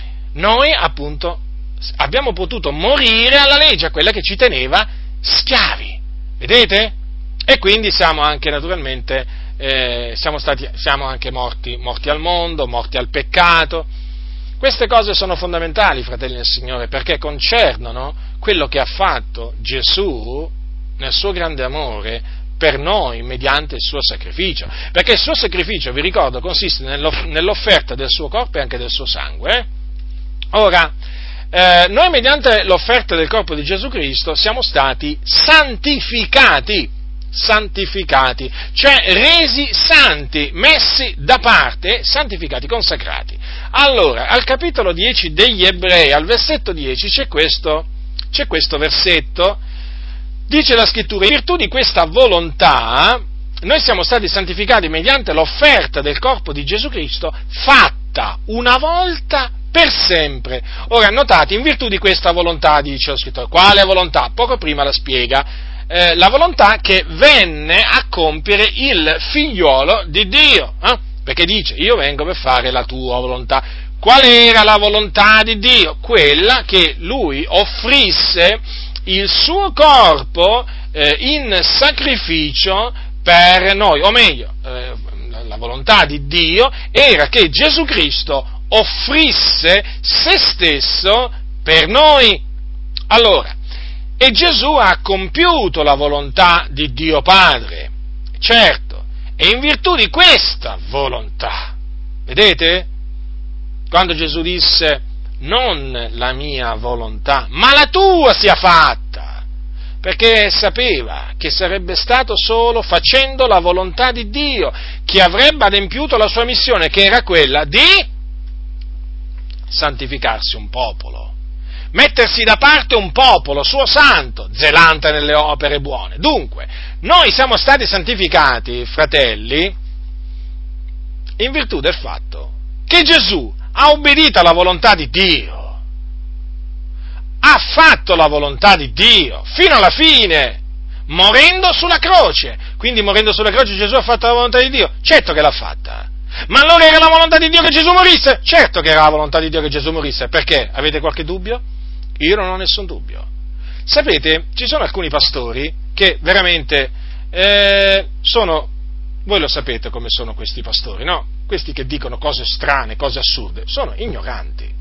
noi appunto abbiamo potuto morire alla legge, a quella che ci teneva schiavi. Vedete? E quindi siamo anche naturalmente, eh, siamo stati, siamo anche morti, morti al mondo, morti al peccato. Queste cose sono fondamentali, fratelli del Signore, perché concernono quello che ha fatto Gesù nel suo grande amore per noi mediante il suo sacrificio. Perché il suo sacrificio, vi ricordo, consiste nell'offerta del suo corpo e anche del suo sangue. Eh? Ora, eh, noi mediante l'offerta del corpo di Gesù Cristo siamo stati santificati. santificati, cioè resi santi, messi da parte, santificati, consacrati. Allora, al capitolo dieci degli Ebrei, al versetto dieci, c'è questo, c'è questo versetto, dice la Scrittura: in virtù di questa volontà, noi siamo stati santificati mediante l'offerta del corpo di Gesù Cristo, fatta una volta per sempre. Ora, notate, in virtù di questa volontà, dice lo Scrittore, quale volontà? Poco prima la spiega. Eh, la volontà che venne a compiere il figliuolo di Dio, eh? Perché dice: io vengo per fare la tua volontà. Qual era la volontà di Dio? Quella che lui offrisse il suo corpo eh, in sacrificio per noi, o meglio, eh, la volontà di Dio era che Gesù Cristo offrisse se stesso per noi. Allora, e Gesù ha compiuto la volontà di Dio Padre, certo, e in virtù di questa volontà, vedete? Quando Gesù disse: non la mia volontà, ma la tua sia fatta, perché sapeva che sarebbe stato solo facendo la volontà di Dio che avrebbe adempiuto la sua missione, che era quella di santificarsi un popolo. Mettersi da parte un popolo suo santo, zelante nelle opere buone. Dunque, noi siamo stati santificati, fratelli, in virtù del fatto che Gesù ha obbedito alla volontà di Dio, ha fatto la volontà di Dio fino alla fine, morendo sulla croce. Quindi, morendo sulla croce, Gesù ha fatto la volontà di Dio? Certo che l'ha fatta. Ma allora era la volontà di Dio che Gesù morisse? Certo che era la volontà di Dio che Gesù morisse. Perché? Avete qualche dubbio? Io non ho nessun dubbio. Sapete, ci sono alcuni pastori che veramente eh, sono, voi lo sapete come sono questi pastori, no? Questi che dicono cose strane, cose assurde, sono ignoranti.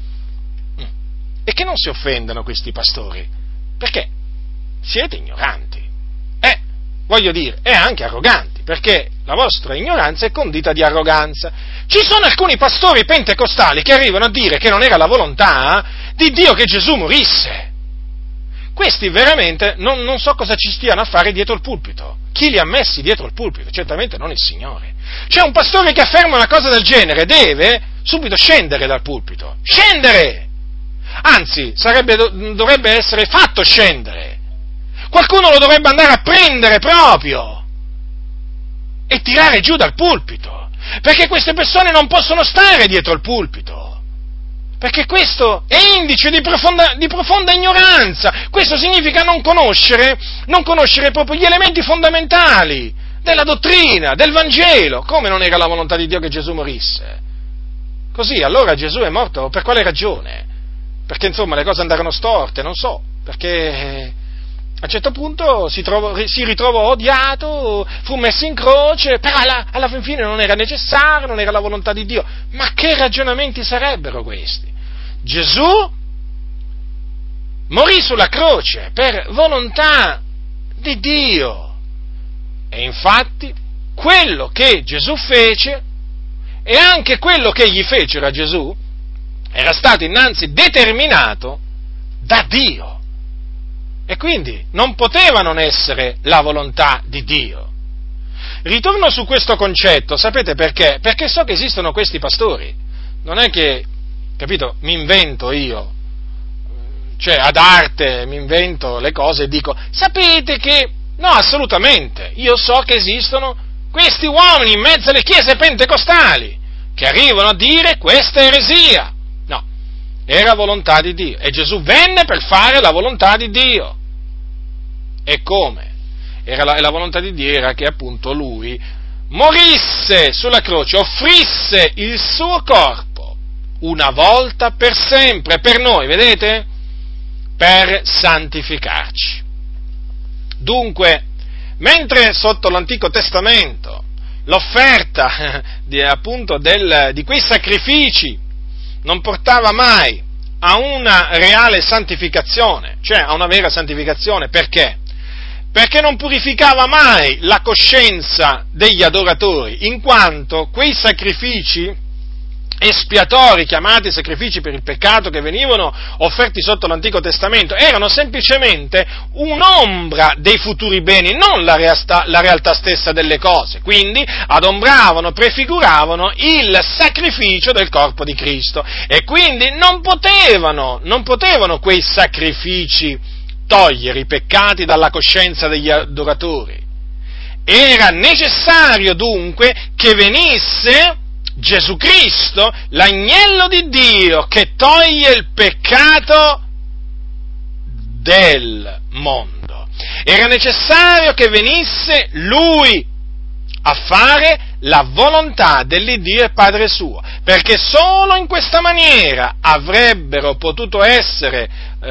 E che non si offendano questi pastori, perché siete ignoranti. Eh, voglio dire, e anche arroganti, perché la vostra ignoranza è condita di arroganza. Ci sono alcuni pastori pentecostali che arrivano a dire che non era la volontà di Dio che Gesù morisse. Questi veramente non, non so cosa ci stiano a fare dietro il pulpito. Chi li ha messi dietro il pulpito? Certamente non il Signore. C'è un pastore che afferma una cosa del genere, deve subito scendere dal pulpito. Scendere! Anzi, sarebbe, dovrebbe essere fatto scendere. Qualcuno lo dovrebbe andare a prendere proprio e tirare giù dal pulpito, perché queste persone non possono stare dietro il pulpito. Perché questo è indice di profonda, di profonda ignoranza. Questo significa non conoscere, non conoscere proprio gli elementi fondamentali della dottrina, del Vangelo. Come non era la volontà di Dio che Gesù morisse? Così, allora Gesù è morto per quale ragione? Perché insomma le cose andarono storte, non so, perché a un certo punto si, trovò, si ritrovò odiato, fu messo in croce, però alla, alla fin fine non era necessario, non era la volontà di Dio. Ma che ragionamenti sarebbero questi? Gesù morì sulla croce per volontà di Dio. E infatti quello che Gesù fece e anche quello che gli fecero a Gesù era stato innanzi determinato da Dio. E quindi non poteva non essere la volontà di Dio. Ritorno su questo concetto, sapete perché? Perché so che esistono questi pastori. Non è che, capito, mi invento io, cioè ad arte mi invento le cose e dico, sapete che, no, assolutamente, io so che esistono questi uomini in mezzo alle chiese pentecostali che arrivano a dire questa è eresia. No, era volontà di Dio e Gesù venne per fare la volontà di Dio. E come? Era la, la volontà di Dio era che appunto lui morisse sulla croce, offrisse il suo corpo una volta per sempre per noi, vedete? Per santificarci. Dunque, mentre sotto l'Antico Testamento l'offerta di, appunto del, di quei sacrifici non portava mai a una reale santificazione, cioè a una vera santificazione, perché? Perché non purificava mai la coscienza degli adoratori, in quanto quei sacrifici espiatori, chiamati sacrifici per il peccato, che venivano offerti sotto l'Antico Testamento, erano semplicemente un'ombra dei futuri beni, non la realtà, la realtà stessa delle cose. Quindi adombravano, prefiguravano il sacrificio del corpo di Cristo, e quindi non potevano, non potevano quei sacrifici togliere i peccati dalla coscienza degli adoratori. Era necessario dunque che venisse Gesù Cristo, l'agnello di Dio che toglie il peccato del mondo. Era necessario che venisse Lui a fare la volontà dell'Iddio e Padre suo, perché solo in questa maniera avrebbero potuto essere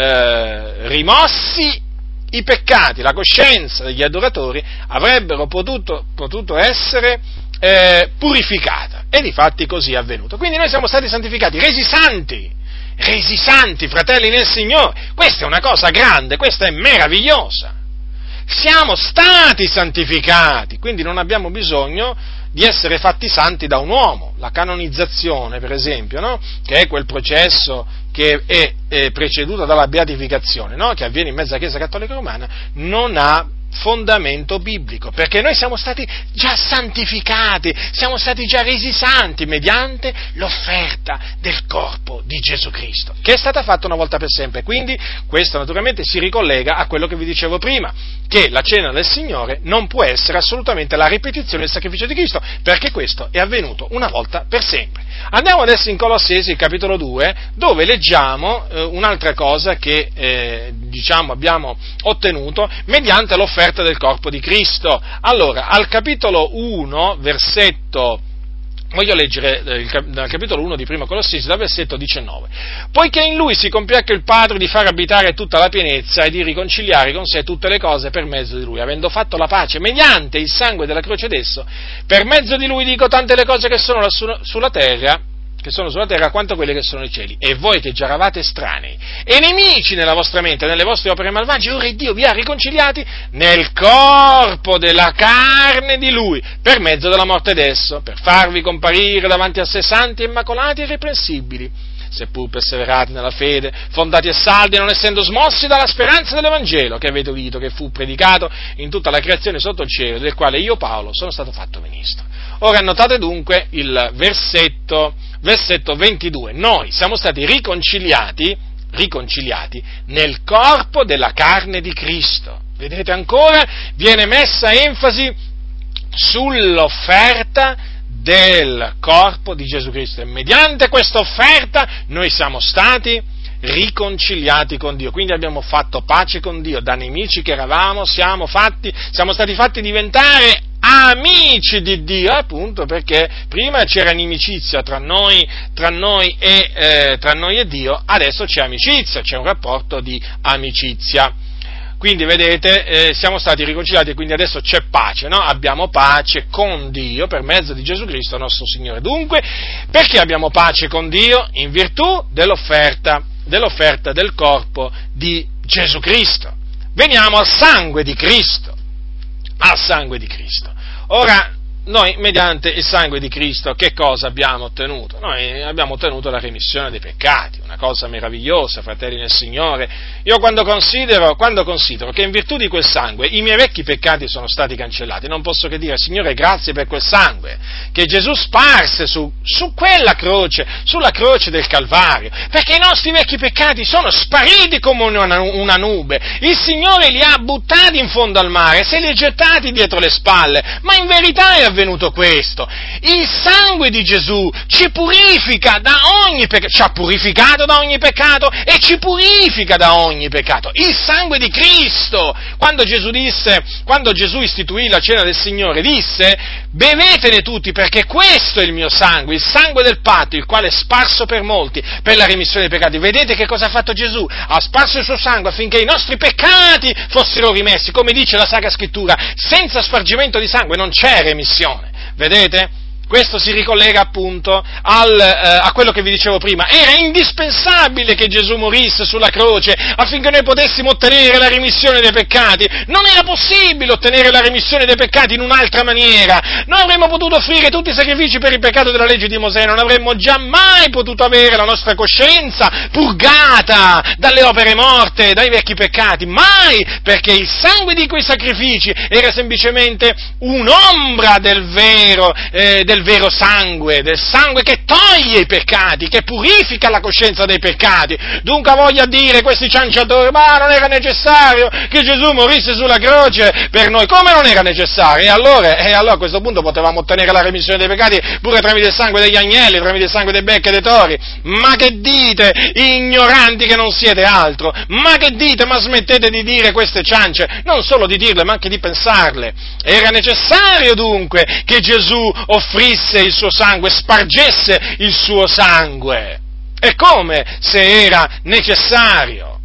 eh, rimossi i peccati, la coscienza degli adoratori avrebbero potuto, potuto essere eh, purificata. E difatti così è avvenuto. Quindi noi siamo stati santificati, resi santi, resi santi, fratelli nel Signore. Questa è una cosa grande, questa è meravigliosa. Siamo stati santificati, quindi non abbiamo bisogno di essere fatti santi da un uomo. La canonizzazione, per esempio, no? Che è quel processo che è, è preceduto dalla beatificazione, no? Che avviene in mezzo alla Chiesa Cattolica Romana, non ha fondamento biblico, perché noi siamo stati già santificati, siamo stati già resi santi mediante l'offerta del corpo di Gesù Cristo, che è stata fatta una volta per sempre. Quindi questo naturalmente si ricollega a quello che vi dicevo prima, che la cena del Signore non può essere assolutamente la ripetizione del sacrificio di Cristo, perché questo è avvenuto una volta per sempre. Andiamo adesso in Colossesi, il capitolo due, dove leggiamo eh, un'altra cosa che eh, diciamo abbiamo ottenuto mediante l'offerta del corpo di Cristo. Allora, al capitolo uno, versetto, voglio leggere il, dal capitolo uno di primo Colossesi, dal versetto diciannove. Poiché in Lui si compiacque il Padre di far abitare tutta la pienezza e di riconciliare con sé tutte le cose per mezzo di Lui, avendo fatto la pace mediante il sangue della croce d'esso, per mezzo di Lui dico tante le cose che sono su, sulla terra, che sono sulla terra quanto quelle che sono nei cieli, e voi che già eravate estranei e nemici nella vostra mente, nelle vostre opere malvagie, ora Dio vi ha riconciliati nel corpo della carne di Lui, per mezzo della morte d'esso, per farvi comparire davanti a sé santi, immacolati e irreprensibili, seppur perseverati nella fede, fondati e saldi, non essendo smossi dalla speranza dell'Evangelo che avete udito, che fu predicato in tutta la creazione sotto il cielo, del quale io, Paolo, sono stato fatto ministro. Ora notate dunque il versetto, versetto ventidue. Noi siamo stati riconciliati, riconciliati nel corpo della carne di Cristo. Vedete ancora? Viene messa enfasi sull'offerta del corpo di Gesù Cristo, e mediante questa offerta noi siamo stati riconciliati con Dio, quindi abbiamo fatto pace con Dio, da nemici che eravamo siamo, fatti, siamo stati fatti diventare amici di Dio, appunto perché prima c'era inimicizia tra noi, tra noi, e, eh, tra noi e Dio, adesso c'è amicizia, c'è un rapporto di amicizia. Quindi vedete, eh, siamo stati riconciliati e quindi adesso c'è pace, no? Abbiamo pace con Dio per mezzo di Gesù Cristo nostro Signore. Dunque, perché abbiamo pace con Dio? In virtù dell'offerta, dell'offerta del corpo di Gesù Cristo. Veniamo al sangue di Cristo, al sangue di Cristo. Ora, noi, mediante il sangue di Cristo, che cosa abbiamo ottenuto? Noi abbiamo ottenuto la remissione dei peccati, una cosa meravigliosa, fratelli nel Signore. Io quando considero, quando considero che in virtù di quel sangue i miei vecchi peccati sono stati cancellati, non posso che dire, Signore, grazie per quel sangue che Gesù sparse su, su quella croce, sulla croce del Calvario, perché i nostri vecchi peccati sono spariti come una, una nube. Il Signore li ha buttati in fondo al mare, se li ha gettati dietro le spalle, ma in verità è avvenuto questo. Il sangue di Gesù ci purifica da ogni peccato, ci ha purificato da ogni peccato e ci purifica da ogni peccato. Il sangue di Cristo, quando Gesù disse, quando Gesù istituì la cena del Signore, disse: bevetene tutti perché questo è il mio sangue, il sangue del patto, il quale è sparso per molti per la remissione dei peccati. Vedete che cosa ha fatto Gesù? Ha sparso il suo sangue affinché i nostri peccati fossero rimessi, come dice la Sacra Scrittura, senza spargimento di sangue non c'è remissione. Vedete? Questo si ricollega appunto al, eh, a quello che vi dicevo prima. Era indispensabile che Gesù morisse sulla croce affinché noi potessimo ottenere la remissione dei peccati. Non era possibile ottenere la remissione dei peccati in un'altra maniera. Noi avremmo potuto offrire tutti i sacrifici per il peccato della legge di Mosè, non avremmo giammai potuto avere la nostra coscienza purgata dalle opere morte, dai vecchi peccati. Mai! Perché il sangue di quei sacrifici era semplicemente un'ombra del vero, eh, del vero sangue, del sangue che toglie i peccati, che purifica la coscienza dei peccati. Dunque voglia dire questi cianciatori, ma non era necessario che Gesù morisse sulla croce per noi, come non era necessario? E allora, e allora a questo punto potevamo ottenere la remissione dei peccati pure tramite il sangue degli agnelli, tramite il sangue dei becchi e dei tori. Ma che dite, ignoranti che non siete altro? Ma che dite, ma smettete di dire queste ciance, non solo di dirle ma anche di pensarle. Era necessario dunque che Gesù offrisse il suo sangue, spargesse il suo sangue. E come se era necessario.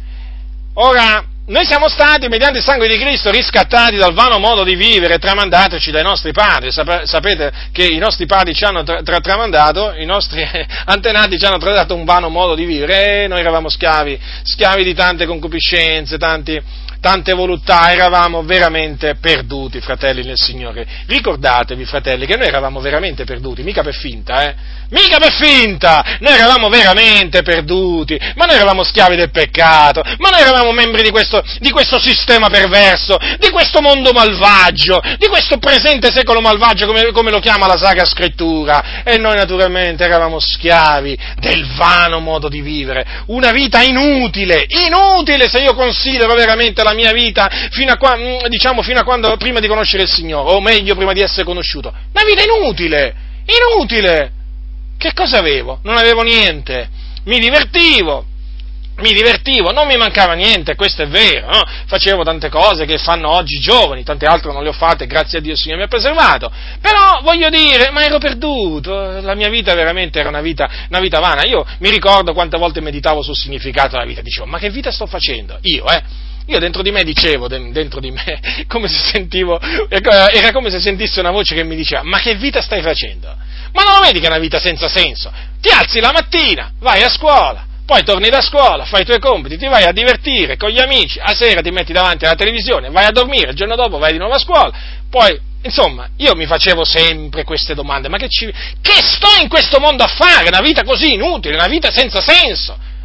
Ora, noi siamo stati, mediante il sangue di Cristo, riscattati dal vano modo di vivere tramandatoci dai nostri padri. Sapete che i nostri padri ci hanno tra- tra- tramandato, i nostri antenati ci hanno tramandato un vano modo di vivere, e noi eravamo schiavi, schiavi di tante concupiscenze, tanti... tante voluttà, eravamo veramente perduti, fratelli nel Signore. Ricordatevi, fratelli, che noi eravamo veramente perduti, mica per finta, eh? Mica per finta! Noi eravamo veramente perduti, ma noi eravamo schiavi del peccato, ma noi eravamo membri di questo, di questo sistema perverso, di questo mondo malvagio, di questo presente secolo malvagio, come, come lo chiama la Sacra Scrittura, e noi naturalmente eravamo schiavi del vano modo di vivere, una vita inutile, inutile se io considero veramente la mia vita fino a qua, diciamo fino a quando, prima di conoscere il Signore, o meglio prima di essere conosciuto, una vita inutile, inutile. Che cosa avevo? Non avevo niente, mi divertivo, mi divertivo, non mi mancava niente, questo è vero, no? Facevo tante cose che fanno oggi i giovani, tante altre non le ho fatte, grazie a Dio il Signore mi ha preservato, però voglio dire, ma ero perduto, la mia vita veramente era una vita, una vita vana. Io mi ricordo quante volte meditavo sul significato della vita, dicevo, ma che vita sto facendo? Io, eh? Io dentro di me dicevo, dentro di me, come se sentivo, era come se sentissi una voce che mi diceva, ma che vita stai facendo? Ma non lo vedi che è una vita senza senso? Ti alzi la mattina, vai a scuola, poi torni da scuola, fai i tuoi compiti, ti vai a divertire con gli amici, a sera ti metti davanti alla televisione, vai a dormire, il giorno dopo vai di nuovo a scuola, poi, insomma, io mi facevo sempre queste domande, ma che, ci, che sto in questo mondo a fare? Una vita così inutile, una vita senza senso?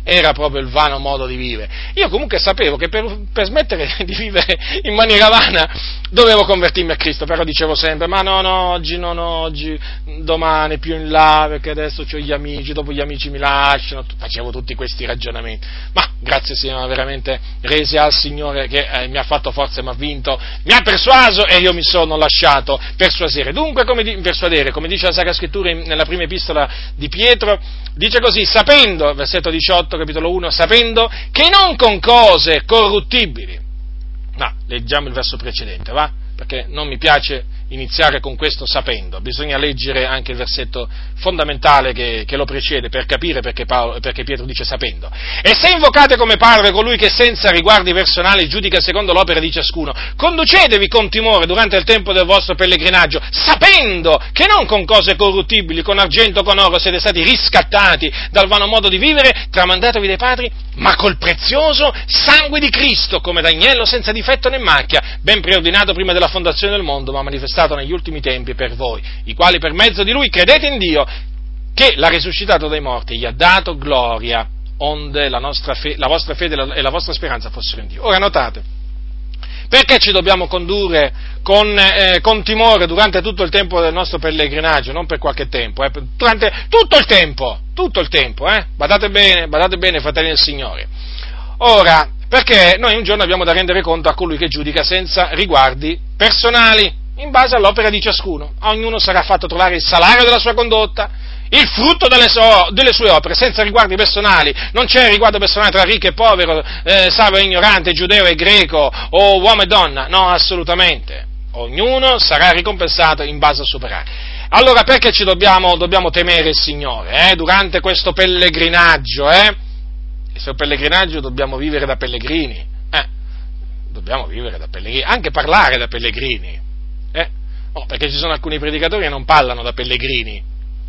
era proprio il vano modo di vivere. Io comunque sapevo che per, per smettere di vivere in maniera vana dovevo convertirmi a Cristo, però dicevo sempre, ma no, no, oggi, non oggi, domani, più in là, perché adesso ho gli amici, dopo gli amici mi lasciano, facevo tutti questi ragionamenti, ma grazie siano veramente resi al Signore che eh, mi ha fatto forza e mi ha vinto, mi ha persuaso e io mi sono lasciato persuadere. Dunque, come, di, persuadere, come dice la Sacra Scrittura in, nella prima epistola di Pietro, dice così, sapendo, versetto diciotto, capitolo uno, sapendo che non con cose corruttibili. No, leggiamo il verso precedente, va? Perché non mi piace iniziare con questo sapendo, bisogna leggere anche il versetto fondamentale che, che lo precede per capire perché, Paolo, perché Pietro dice sapendo. E se invocate come Padre colui che senza riguardi personali giudica secondo l'opera di ciascuno, conducetevi con timore durante il tempo del vostro pellegrinaggio, sapendo che non con cose corruttibili, con argento o con oro siete stati riscattati dal vano modo di vivere, tramandatevi dai padri, ma col prezioso sangue di Cristo, come d'agnello senza difetto né macchia, ben preordinato prima della fondazione del mondo, ma manifestato negli ultimi tempi per voi, i quali per mezzo di Lui credete in Dio, che l'ha risuscitato dai morti, gli ha dato gloria, onde la, nostra fe- la vostra fede e la vostra speranza fossero in Dio. Ora notate, perché ci dobbiamo condurre con, eh, con timore durante tutto il tempo del nostro pellegrinaggio, non per qualche tempo, eh, durante tutto il tempo, tutto il tempo, eh? badate bene, badate bene, fratelli del Signore. Ora, perché noi un giorno abbiamo da rendere conto a colui che giudica senza riguardi personali, in base all'opera di ciascuno. A ognuno sarà fatto trovare il salario della sua condotta, il frutto delle, so, delle sue opere, senza riguardi personali. Non c'è riguardo personale tra ricco e povero, eh, savio e ignorante, giudeo e greco, o uomo e donna. No, assolutamente. Ognuno sarà ricompensato in base al suo operato. Allora, perché ci dobbiamo, dobbiamo temere il Signore, eh, durante questo pellegrinaggio, eh? Questo pellegrinaggio dobbiamo vivere da pellegrini, eh? Dobbiamo vivere da pellegrini, anche parlare da pellegrini. Eh? Oh, perché ci sono alcuni predicatori che non parlano da pellegrini.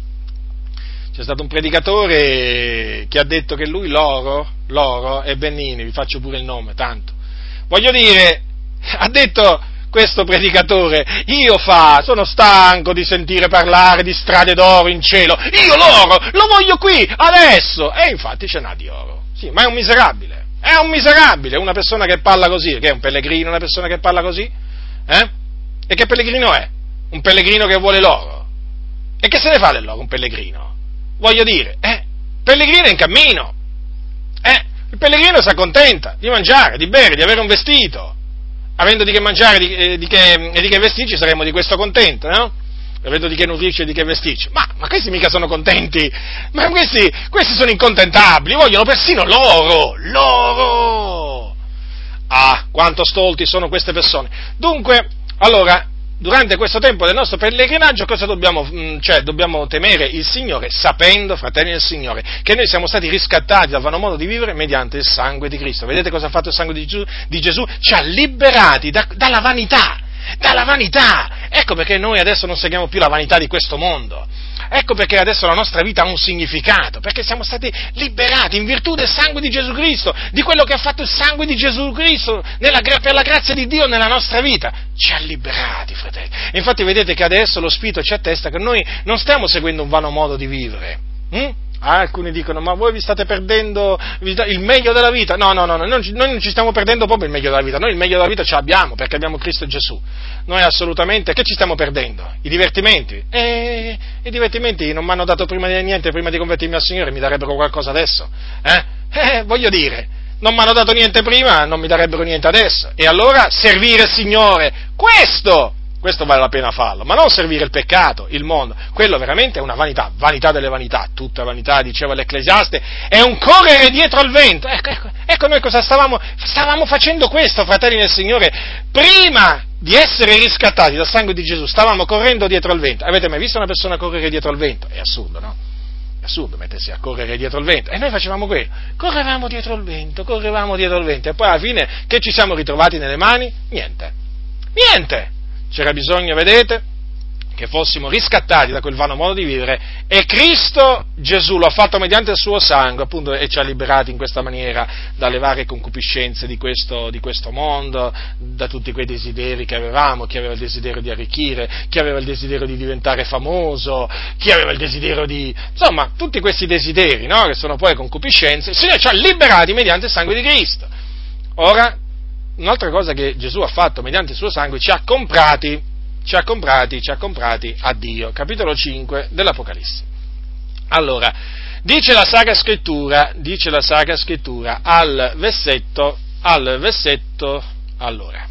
C'è stato un predicatore che ha detto che lui l'oro, l'oro è Bennini, vi faccio pure il nome, tanto. Voglio dire, ha detto questo predicatore, io fa, sono stanco di sentire parlare di strade d'oro in cielo, io l'oro lo voglio qui, adesso, e infatti ce n'ha di oro, sì, ma è un miserabile, è un miserabile, una persona che parla così, che è un pellegrino, una persona che parla così, eh? E che pellegrino è? Un pellegrino che vuole l'oro. E che se ne fa dell'oro un pellegrino? Voglio dire, eh, pellegrino è in cammino. Eh, il pellegrino si accontenta di mangiare, di bere, di avere un vestito. Avendo di che mangiare di, eh, di che, e di che vestirci saremmo di questo contenti, no? Avendo di che nutrirci e di che vestirci. Ma, ma questi mica sono contenti. Ma questi, questi sono incontentabili, vogliono persino l'oro. L'oro! Ah, quanto stolti sono queste persone. Dunque, allora, durante questo tempo del nostro pellegrinaggio cosa dobbiamo, cioè, dobbiamo temere il Signore, sapendo, fratelli del Signore, che noi siamo stati riscattati dal vano modo di vivere mediante il sangue di Cristo. Vedete cosa ha fatto il sangue di Gesù? Di Gesù? Ci ha liberati da, dalla vanità, dalla vanità. Ecco perché noi adesso non seguiamo più la vanità di questo mondo. Ecco perché adesso la nostra vita ha un significato, perché siamo stati liberati in virtù del sangue di Gesù Cristo, di quello che ha fatto il sangue di Gesù Cristo nella, per la grazia di Dio nella nostra vita. Ci ha liberati, fratelli. E infatti vedete che adesso lo Spirito ci attesta che noi non stiamo seguendo un vano modo di vivere. Hm? Ah, alcuni dicono, ma voi vi state perdendo il meglio della vita? No, no, no, noi non, ci, noi non ci stiamo perdendo proprio il meglio della vita, noi il meglio della vita ce l'abbiamo, perché abbiamo Cristo Gesù. Noi assolutamente, che ci stiamo perdendo? I divertimenti? E i divertimenti non mi hanno dato prima di niente, prima di convertirmi al Signore, mi darebbero qualcosa adesso? Eh? Eh, voglio dire, non mi hanno dato niente prima, non mi darebbero niente adesso. E allora, servire il Signore, questo... Questo vale la pena farlo, ma non servire il peccato, il mondo, quello veramente è una vanità, vanità delle vanità, tutta vanità, diceva l'Ecclesiaste, è un correre dietro al vento. Ecco, ecco, ecco noi cosa stavamo, stavamo facendo questo, fratelli del Signore, prima di essere riscattati dal sangue di Gesù, stavamo correndo dietro al vento. Avete mai visto una persona correre dietro al vento? È assurdo, no? È assurdo mettersi a correre dietro il vento, e noi facevamo quello, correvamo dietro il vento, correvamo dietro il vento, e poi alla fine che ci siamo ritrovati nelle mani? Niente, niente! C'era bisogno, vedete, che fossimo riscattati da quel vano modo di vivere, e Cristo Gesù lo ha fatto mediante il suo sangue, appunto, e ci ha liberati in questa maniera dalle varie concupiscenze di questo, di questo mondo, da tutti quei desideri che avevamo, chi aveva il desiderio di arricchire, chi aveva il desiderio di diventare famoso, chi aveva il desiderio di... insomma, tutti questi desideri, no? Che sono poi concupiscenze, il Signore ci ha liberati mediante il sangue di Cristo. Ora, un'altra cosa che Gesù ha fatto mediante il suo sangue, ci ha comprati, ci ha comprati, ci ha comprati a Dio. Capitolo cinque dell'Apocalisse. Allora, dice la Sacra Scrittura, dice la Sacra Scrittura al versetto, al versetto, allora,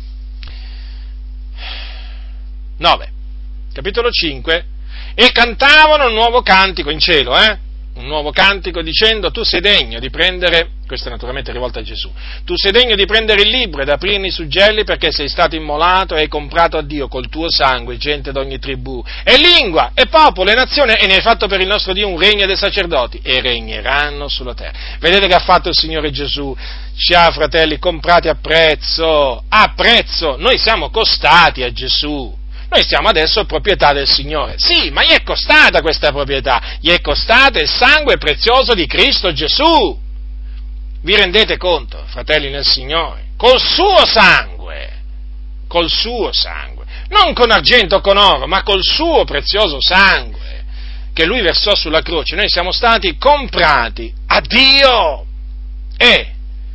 nove, capitolo cinque, e cantavano un nuovo cantico in cielo, eh? Un nuovo cantico dicendo: tu sei degno di prendere, questo è naturalmente rivolto a Gesù, tu sei degno di prendere il libro ed aprirne i suggelli, perché sei stato immolato e hai comprato a Dio col tuo sangue gente d'ogni tribù e lingua e popolo e nazione, e ne hai fatto per il nostro Dio un regno dei sacerdoti, e regneranno sulla terra. Vedete che ha fatto il Signore Gesù? Ci ha, fratelli, comprati a prezzo, a prezzo, noi siamo costati a Gesù. Noi siamo adesso proprietà del Signore. Sì, ma gli è costata questa proprietà, gli è costato il sangue prezioso di Cristo Gesù. Vi rendete conto, fratelli nel Signore? Col suo sangue, col suo sangue, non con argento o con oro, ma col suo prezioso sangue che Lui versò sulla croce, noi siamo stati comprati a Dio e,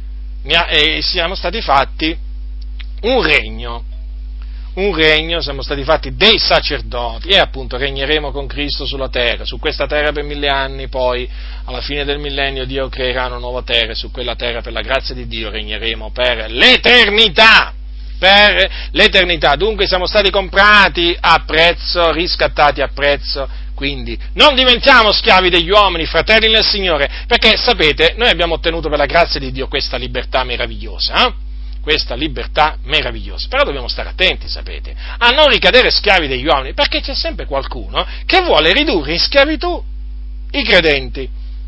e siamo stati fatti un regno. Un regno, siamo stati fatti dei sacerdoti e appunto regneremo con Cristo sulla terra, su questa terra per mille anni, poi alla fine del millennio Dio creerà una nuova terra e su quella terra per la grazia di Dio regneremo per l'eternità, per l'eternità. Dunque siamo stati comprati a prezzo, riscattati a prezzo, quindi non diventiamo schiavi degli uomini, fratelli nel Signore, perché sapete, noi abbiamo ottenuto per la grazia di Dio questa libertà meravigliosa, eh? questa libertà meravigliosa, però dobbiamo stare attenti, sapete, a non ricadere schiavi degli uomini, perché c'è sempre qualcuno che vuole ridurre in schiavitù i credenti,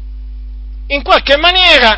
in qualche maniera,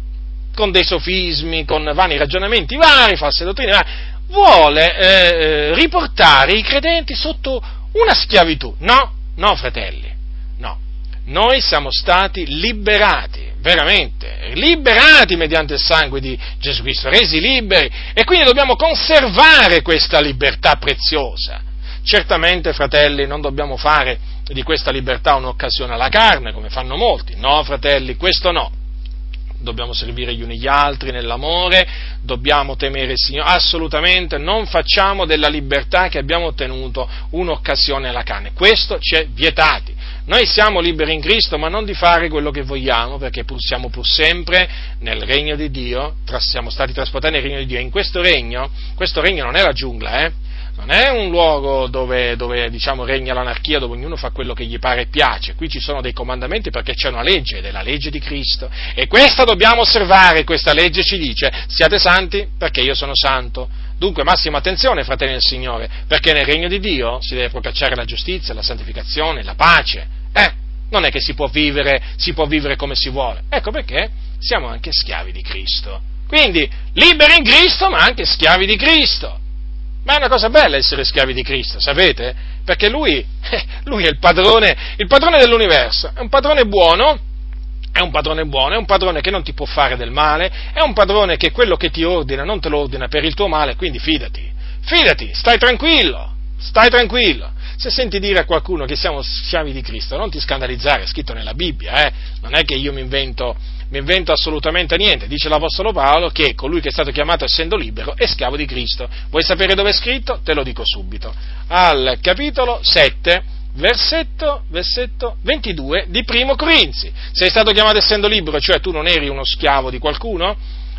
con dei sofismi, con vani ragionamenti vari, false dottrine varie, vuole eh, riportare i credenti sotto una schiavitù. No, no, fratelli, no, noi siamo stati liberati, veramente, liberati mediante il sangue di Gesù Cristo, resi liberi, e quindi dobbiamo conservare questa libertà preziosa. Certamente, fratelli, non dobbiamo fare di questa libertà un'occasione alla carne, come fanno molti. No, fratelli, questo no. Dobbiamo servire gli uni gli altri nell'amore, dobbiamo temere il Signore, assolutamente non facciamo della libertà che abbiamo ottenuto un'occasione alla carne, questo ci è vietato. Noi siamo liberi in Cristo, ma non di fare quello che vogliamo, perché pur siamo pur sempre nel regno di Dio, siamo stati trasportati nel regno di Dio, e in questo regno, questo regno non è la giungla, eh? Non è un luogo dove, dove diciamo regna l'anarchia, dove ognuno fa quello che gli pare e piace. Qui ci sono dei comandamenti perché c'è una legge, ed è la legge di Cristo, e questa dobbiamo osservare. Questa legge ci dice: siate santi perché io sono santo. Dunque massima attenzione, fratelli del Signore, perché nel regno di Dio si deve procacciare la giustizia, la santificazione, la pace. Eh, non è che si può vivere, si può vivere come si vuole. Ecco perché siamo anche schiavi di Cristo. Quindi liberi in Cristo, ma anche schiavi di Cristo. Ma è una cosa bella essere schiavi di Cristo, sapete? Perché Lui, eh, Lui è il padrone, il padrone dell'universo, è un padrone buono, è un padrone buono, è un padrone che non ti può fare del male, è un padrone che quello che ti ordina non te lo ordina per il tuo male, quindi fidati, fidati, stai tranquillo, stai tranquillo. Se senti dire a qualcuno che siamo schiavi di Cristo, non ti scandalizzare, è scritto nella Bibbia, eh? Non è che io mi invento, mi invento assolutamente niente. Dice l'Apostolo Paolo che colui che è stato chiamato essendo libero è schiavo di Cristo. Vuoi sapere dove è scritto? Te lo dico subito. Al capitolo sette, versetto, versetto ventidue di Primo Corinzi. Sei stato chiamato essendo libero, cioè tu non eri uno schiavo di qualcuno,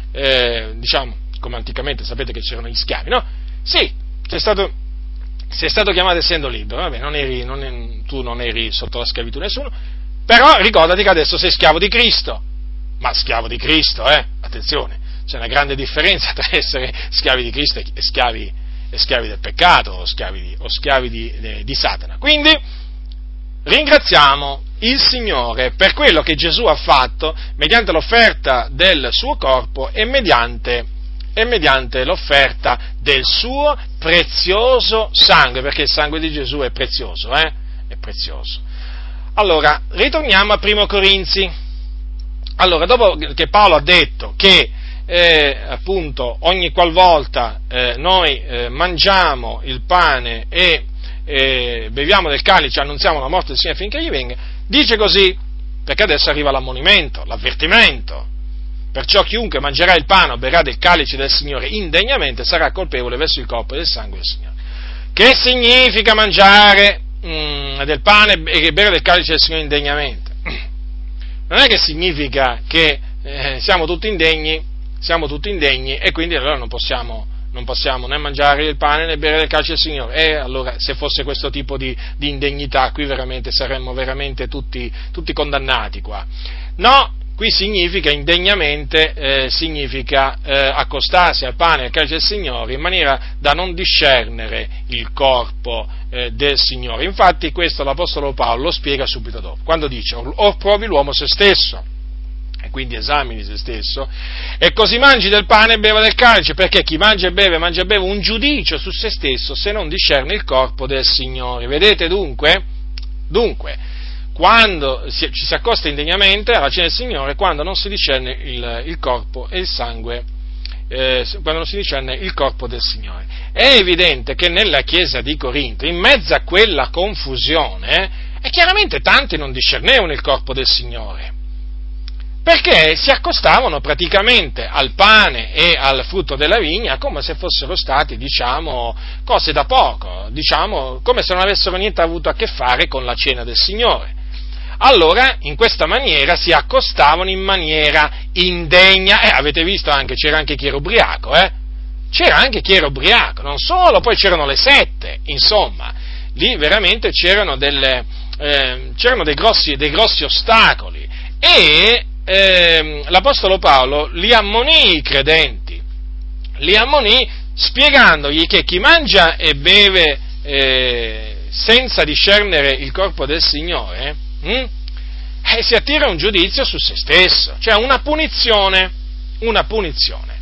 eh, diciamo, come anticamente sapete che c'erano gli schiavi, no? Sì, sei stato... sei stato chiamato essendo libero, vabbè, non eri, non, tu non eri sotto la schiavitù nessuno, però ricordati che adesso sei schiavo di Cristo, ma schiavo di Cristo, eh, attenzione, c'è una grande differenza tra essere schiavi di Cristo e schiavi, e schiavi del peccato, o schiavi di, o schiavi di, di, di Satana. Quindi ringraziamo il Signore per quello che Gesù ha fatto mediante l'offerta del suo corpo e mediante e mediante l'offerta del suo prezioso sangue, perché il sangue di Gesù è prezioso, eh? È prezioso. Allora, ritorniamo a Primo Corinzi. Allora, dopo che Paolo ha detto che eh, appunto ogni qualvolta eh, noi eh, mangiamo il pane e eh, beviamo del calice, annunziamo la morte del Signore finché egli venga, dice così, perché adesso arriva l'ammonimento, l'avvertimento. Perciò chiunque mangerà il pane o berrà del calice del Signore indegnamente sarà colpevole verso il corpo e del sangue del Signore. Che significa mangiare mh, del pane e bere del calice del Signore indegnamente? Non è che significa che eh, siamo tutti indegni, siamo tutti indegni e quindi allora non possiamo, non possiamo né mangiare il pane né bere del calice del Signore. E allora se fosse questo tipo di, di indegnità qui veramente saremmo veramente tutti, tutti condannati qua. No, qui significa indegnamente, eh, significa eh, accostarsi al pane e al calice del Signore in maniera da non discernere il corpo eh, del Signore. Infatti questo l'Apostolo Paolo lo spiega subito dopo, quando dice: or provi l'uomo se stesso, e quindi esamini se stesso, e così mangi del pane e beva del calice, perché chi mangia e beve, mangia e beve un giudicio su se stesso se non discerne il corpo del Signore. Vedete dunque? Dunque, quando ci si accosta indegnamente alla cena del Signore, quando non si discerne il, il corpo e il sangue, eh, quando non si discerne il corpo del Signore. È evidente che nella chiesa di Corinto, in mezzo a quella confusione, eh, chiaramente tanti non discernevano il corpo del Signore, perché si accostavano praticamente al pane e al frutto della vigna come se fossero stati, diciamo, cose da poco, diciamo, come se non avessero niente avuto a che fare con la cena del Signore. Allora, in questa maniera si accostavano in maniera indegna, e eh, avete visto anche, c'era anche chi era ubriaco, eh? C'era anche chi era ubriaco, non solo, poi c'erano le sette, insomma, lì veramente c'erano delle, eh, c'erano dei grossi, dei grossi ostacoli, e eh, l'Apostolo Paolo li ammonì i credenti, li ammonì spiegandogli che chi mangia e beve eh, senza discernere il corpo del Signore, Mm? Eh, si attira un giudizio su se stesso, cioè una punizione, una punizione.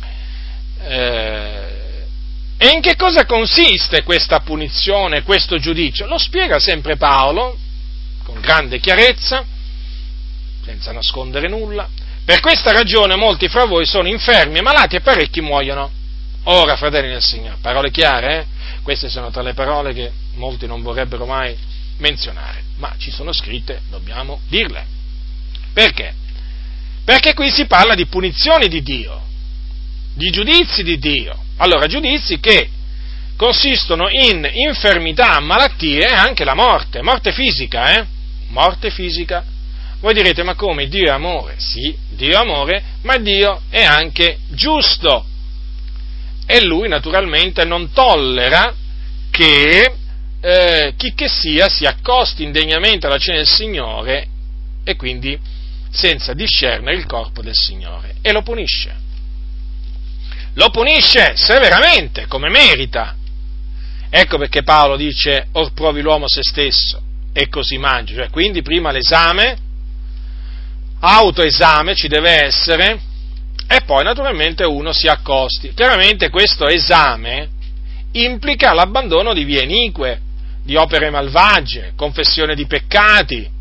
Eh, e in che cosa consiste questa punizione, questo giudizio? Lo spiega sempre Paolo, con grande chiarezza, senza nascondere nulla. Per questa ragione molti fra voi sono infermi e malati e parecchi muoiono. Ora, fratelli del Signore, parole chiare, eh? Queste sono tra le parole che molti non vorrebbero mai menzionare, ma ci sono scritte, dobbiamo dirle. Perché? Perché qui si parla di punizioni di Dio, di giudizi di Dio. Allora, giudizi che consistono in infermità, malattie e anche la morte, morte fisica, eh? Morte fisica. Voi direte, ma come? Dio è amore? Sì, Dio è amore, ma Dio è anche giusto. E Lui naturalmente non tollera che Eh, chi che sia si accosti indegnamente alla cena del Signore e quindi senza discernere il corpo del Signore, e lo punisce. Lo punisce severamente, come merita. Ecco perché Paolo dice: or provi l'uomo se stesso e così mangi. Cioè, quindi prima l'esame, autoesame ci deve essere, e poi naturalmente uno si accosti. Chiaramente questo esame implica l'abbandono di vie inique, di opere malvagie, confessione di peccati.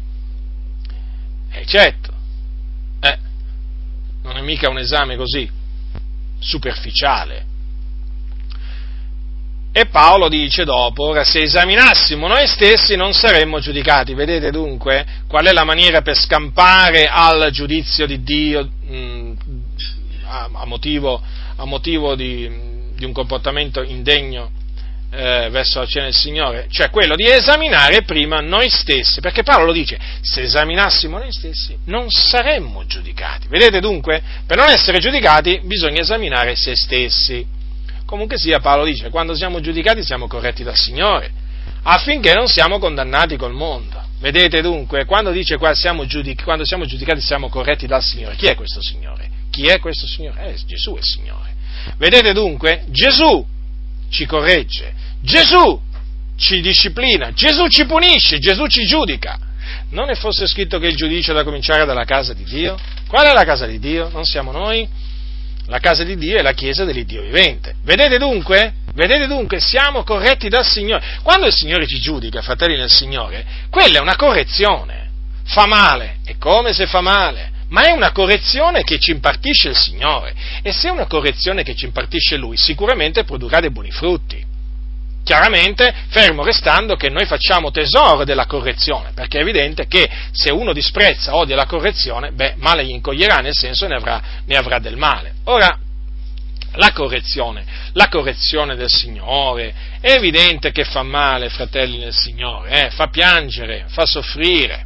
E certo, eh, non è mica un esame così superficiale. E Paolo dice dopo: ora se esaminassimo noi stessi non saremmo giudicati. Vedete dunque qual è la maniera per scampare al giudizio di Dio mh, a, a motivo, a motivo di, di un comportamento indegno Eh, verso la cena del Signore, cioè quello di esaminare prima noi stessi, perché Paolo lo dice: se esaminassimo noi stessi non saremmo giudicati. Vedete dunque, per non essere giudicati bisogna esaminare se stessi. Comunque sia, Paolo dice: quando siamo giudicati siamo corretti dal Signore, affinché non siamo condannati col mondo. Vedete dunque, quando dice qua siamo giudic- quando siamo giudicati siamo corretti dal Signore, chi è questo Signore? Chi è questo Signore? Eh, Gesù è il Signore. Vedete dunque, Gesù ci corregge, Gesù ci disciplina, Gesù ci punisce, Gesù ci giudica. Non è forse scritto che il giudizio è da cominciare dalla casa di Dio? Qual è la casa di Dio? Non siamo noi? La casa di Dio è la chiesa dell'Iddio vivente. Vedete dunque? Vedete dunque? Siamo corretti dal Signore. Quando il Signore ci giudica, fratelli nel Signore, quella è una correzione. Fa male, è come se fa male, ma è una correzione che ci impartisce il Signore. E se è una correzione che ci impartisce Lui, sicuramente produrrà dei buoni frutti. Chiaramente, fermo restando che noi facciamo tesoro della correzione, perché è evidente che se uno disprezza, odia la correzione, beh, male gli incoglierà, nel senso ne avrà, ne avrà del male. Ora, la correzione, la correzione del Signore, è evidente che fa male, fratelli nel Signore, eh, fa piangere, fa soffrire,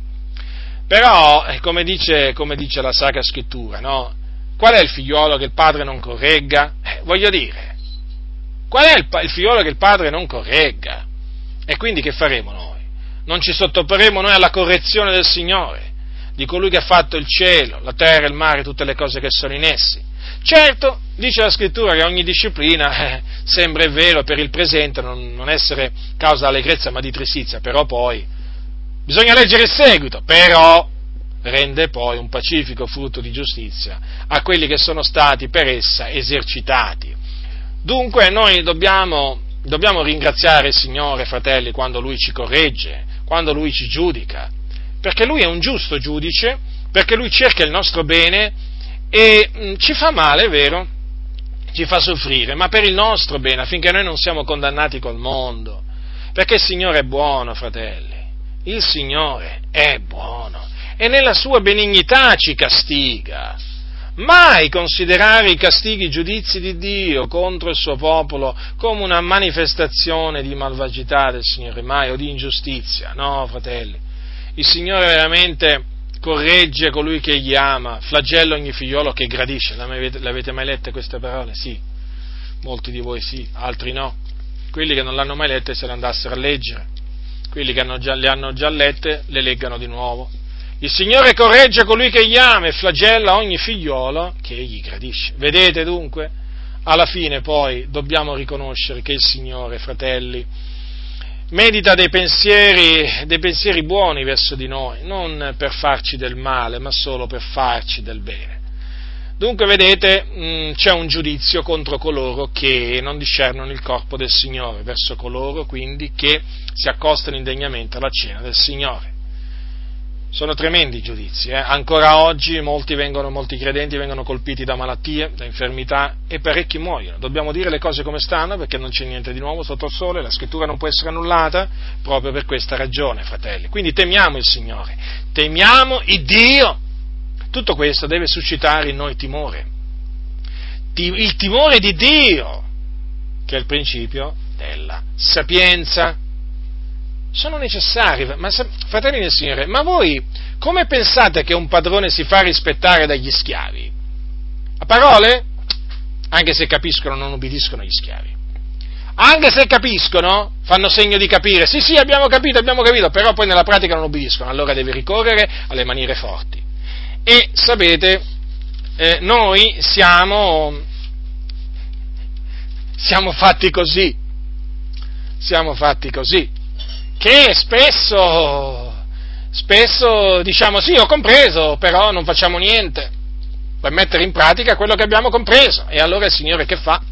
però, eh, come dice, come dice la Sacra Scrittura, no? Qual è il figliuolo che il padre non corregga? Eh, voglio dire, qual è il, il figliolo che il padre non corregga? E quindi che faremo noi? Non ci sottoporremo noi alla correzione del Signore, di colui che ha fatto il cielo, la terra, il mare, tutte le cose che sono in essi. Certo, dice la Scrittura che ogni disciplina, eh, sembra è vero per il presente non, non essere causa d'allegrezza ma di tristizia, però poi bisogna leggere il seguito, però rende poi un pacifico frutto di giustizia a quelli che sono stati per essa esercitati. Dunque noi dobbiamo, dobbiamo ringraziare il Signore, fratelli, quando Lui ci corregge, quando Lui ci giudica, perché Lui è un giusto giudice, perché Lui cerca il nostro bene e mh, ci fa male, è vero, ci fa soffrire, ma per il nostro bene, affinché noi non siamo condannati col mondo, perché il Signore è buono, fratelli, il Signore è buono e nella sua benignità ci castiga. Mai considerare i castighi, i giudizi di Dio contro il suo popolo come una manifestazione di malvagità del Signore, mai, o di ingiustizia, no, fratelli. Il Signore veramente corregge colui che gli ama, flagella ogni figliolo che gradisce. Le avete mai lette queste parole? Sì, molti di voi sì, altri no. Quelli che non l'hanno mai lette se le andassero a leggere, quelli che hanno già, le hanno già lette le leggano di nuovo. Il Signore corregge colui che gli ama e flagella ogni figliolo che egli gradisce. Vedete dunque? Alla fine poi dobbiamo riconoscere che il Signore, fratelli, medita dei pensieri, dei pensieri buoni verso di noi, non per farci del male, ma solo per farci del bene. Dunque, vedete, mh, c'è un giudizio contro coloro che non discernono il corpo del Signore, verso coloro quindi che si accostano indegnamente alla cena del Signore. Sono tremendi i giudizi, eh? Ancora oggi molti, vengono, molti credenti vengono colpiti da malattie, da infermità e parecchi muoiono. Dobbiamo dire le cose come stanno perché non c'è niente di nuovo sotto il sole, la Scrittura non può essere annullata proprio per questa ragione, fratelli. Quindi temiamo il Signore, temiamo il Dio. Tutto questo deve suscitare in noi timore, il timore di Dio, che è il principio della sapienza. Sono necessari, ma fratelli del Signore, ma voi come pensate che un padrone si fa rispettare dagli schiavi? A parole? Anche se capiscono non ubbidiscono agli schiavi. Anche se capiscono, fanno segno di capire, sì sì abbiamo capito, abbiamo capito, però poi nella pratica non ubbidiscono, allora deve ricorrere alle maniere forti. E sapete, eh, noi siamo, siamo fatti così, siamo fatti così. Che spesso, spesso diciamo sì, ho compreso, però non facciamo niente per mettere in pratica quello che abbiamo compreso. E allora il Signore che fa?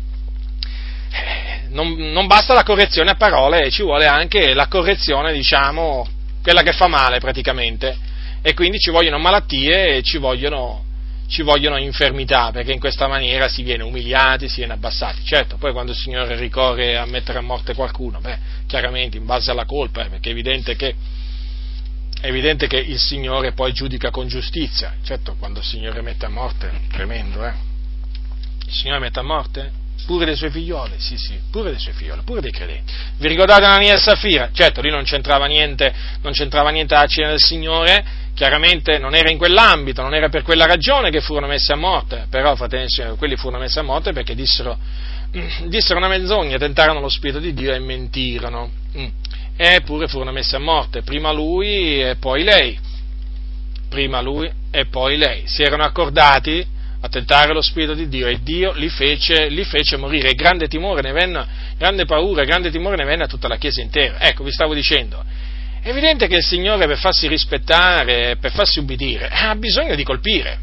Eh, non, non basta la correzione a parole, ci vuole anche la correzione, diciamo, quella che fa male praticamente. E quindi ci vogliono malattie e ci vogliono, ci vogliono infermità, perché in questa maniera si viene umiliati, si viene abbassati. Certo, poi quando il Signore ricorre a mettere a morte qualcuno, beh, chiaramente in base alla colpa, eh, perché è evidente che, è evidente che il Signore poi giudica con giustizia. Certo, quando il Signore mette a morte, tremendo, eh? Il Signore mette a morte? Pure dei suoi figlioli, sì sì, pure dei suoi figlioli, pure dei credenti. Vi ricordate Anania e Safira? Certo, lì non c'entrava niente, non c'entrava niente la cena del Signore, chiaramente non era in quell'ambito, non era per quella ragione che furono messi a morte, però, fratelli, quelli furono messi a morte perché dissero, dissero una menzogna, tentarono lo Spirito di Dio e mentirono, eppure furono messi a morte, prima lui e poi lei, prima lui e poi lei, si erano accordati a tentare lo Spirito di Dio e Dio li fece, li fece morire, e grande timore ne venne, grande paura, grande timore ne venne a tutta la Chiesa intera. Ecco, vi stavo dicendo, è evidente che il Signore per farsi rispettare, per farsi ubbidire, ha bisogno di colpire,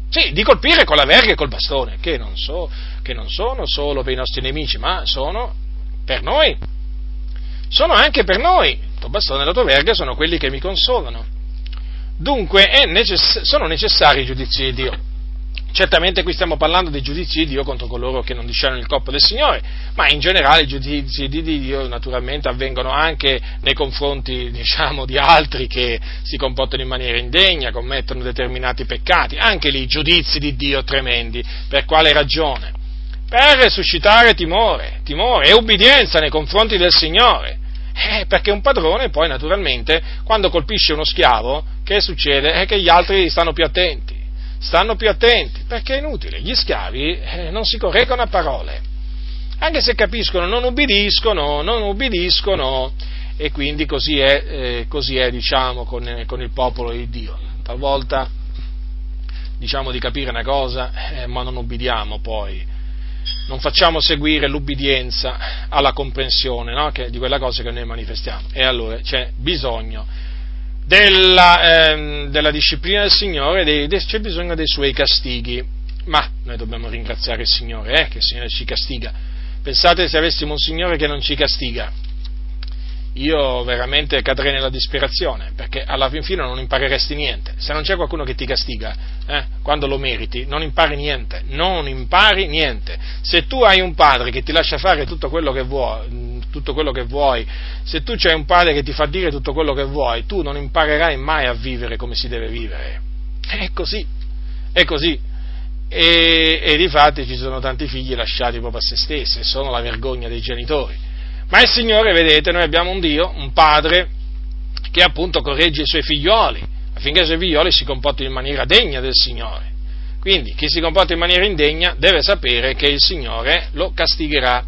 Sì, di colpire con la verga e col bastone, che non, so, che non sono solo per i nostri nemici, ma sono per noi. Sono anche per noi. Il tuo bastone e la tua verga sono quelli che mi consolano. Dunque è necess- sono necessari i giudizi di Dio. Certamente qui stiamo parlando dei giudizi di Dio contro coloro che non discernono il corpo del Signore, ma in generale i giudizi di Dio naturalmente avvengono anche nei confronti, diciamo, di altri che si comportano in maniera indegna, commettono determinati peccati, anche lì giudizi di Dio tremendi. Per quale ragione? Per suscitare timore, timore e ubbidienza nei confronti del Signore. Eh, perché un padrone poi naturalmente quando colpisce uno schiavo, che succede? È che gli altri stanno più attenti. Stanno più attenti, perché è inutile, gli schiavi eh, non si correggono a parole, anche se capiscono, non ubbidiscono, non ubbidiscono, e quindi così è, eh, così è diciamo, con, eh, con il popolo di Dio. Talvolta diciamo di capire una cosa, eh, ma non ubbidiamo poi, non facciamo seguire l'ubbidienza alla comprensione, no? che, di quella cosa che noi manifestiamo, e allora c'è bisogno Della, ehm, della disciplina del Signore, dei, de, c'è bisogno dei suoi castighi, ma noi dobbiamo ringraziare il Signore, eh, che il Signore ci castiga. Pensate se avessimo un Signore che non ci castiga, io veramente cadrei nella disperazione, perché alla fin fine non impareresti niente. Se non c'è qualcuno che ti castiga, eh, quando lo meriti, non impari niente, non impari niente. Se tu hai un padre che ti lascia fare tutto quello che vuoi, tutto quello che vuoi, se tu c'hai un padre che ti fa dire tutto quello che vuoi, tu non imparerai mai a vivere come si deve vivere. È così, è così. E, e difatti ci sono tanti figli lasciati proprio a se stessi, e sono la vergogna dei genitori. Ma il Signore, vedete, noi abbiamo un Dio, un Padre, che appunto corregge i suoi figlioli, affinché i suoi figlioli si comportino in maniera degna del Signore. Quindi, chi si comporta in maniera indegna deve sapere che il Signore lo castigherà,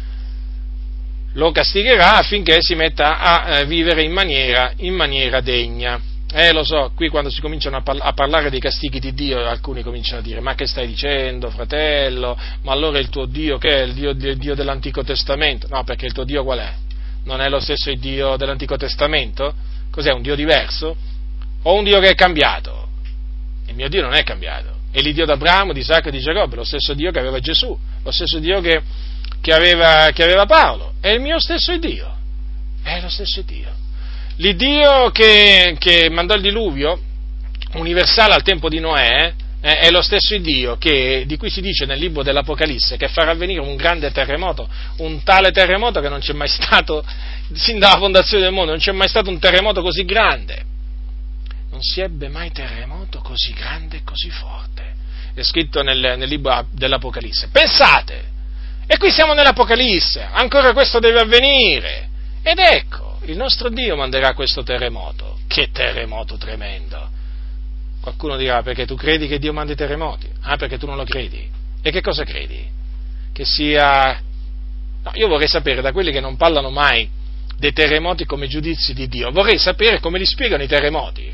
lo castigherà affinché si metta a vivere in maniera, in maniera degna. Eh, lo so, qui quando si cominciano a, parla- a parlare dei castighi di Dio, alcuni cominciano a dire: ma che stai dicendo, fratello? Ma allora il tuo Dio che è? Il Dio, il Dio dell'Antico Testamento? No, perché il tuo Dio qual è? Non è lo stesso il Dio dell'Antico Testamento? Cos'è, un Dio diverso? O un Dio che è cambiato? Il mio Dio non è cambiato, è l'Iddio d'Abramo, di Isacco e di Giacobbe, lo stesso Dio che aveva Gesù, lo stesso Dio che, che, aveva, che aveva Paolo, è il mio stesso Dio, è lo stesso Dio. L'Iddio che, che mandò il diluvio universale al tempo di Noè eh, è lo stesso Dio che, di cui si dice nel libro dell'Apocalisse che farà avvenire un grande terremoto, un tale terremoto che non c'è mai stato, sin dalla fondazione del mondo, non c'è mai stato un terremoto così grande. Non si ebbe mai terremoto così grande e così forte. È scritto nel, nel libro dell'Apocalisse. Pensate! E qui siamo nell'Apocalisse, ancora questo deve avvenire. Ed ecco, il nostro Dio manderà questo terremoto. Che terremoto tremendo! Qualcuno dirà: perché tu credi che Dio mandi terremoti? Ah, perché tu non lo credi? E che cosa credi? Che sia... No, io vorrei sapere da quelli che non parlano mai dei terremoti come giudizi di Dio, vorrei sapere come li spiegano i terremoti.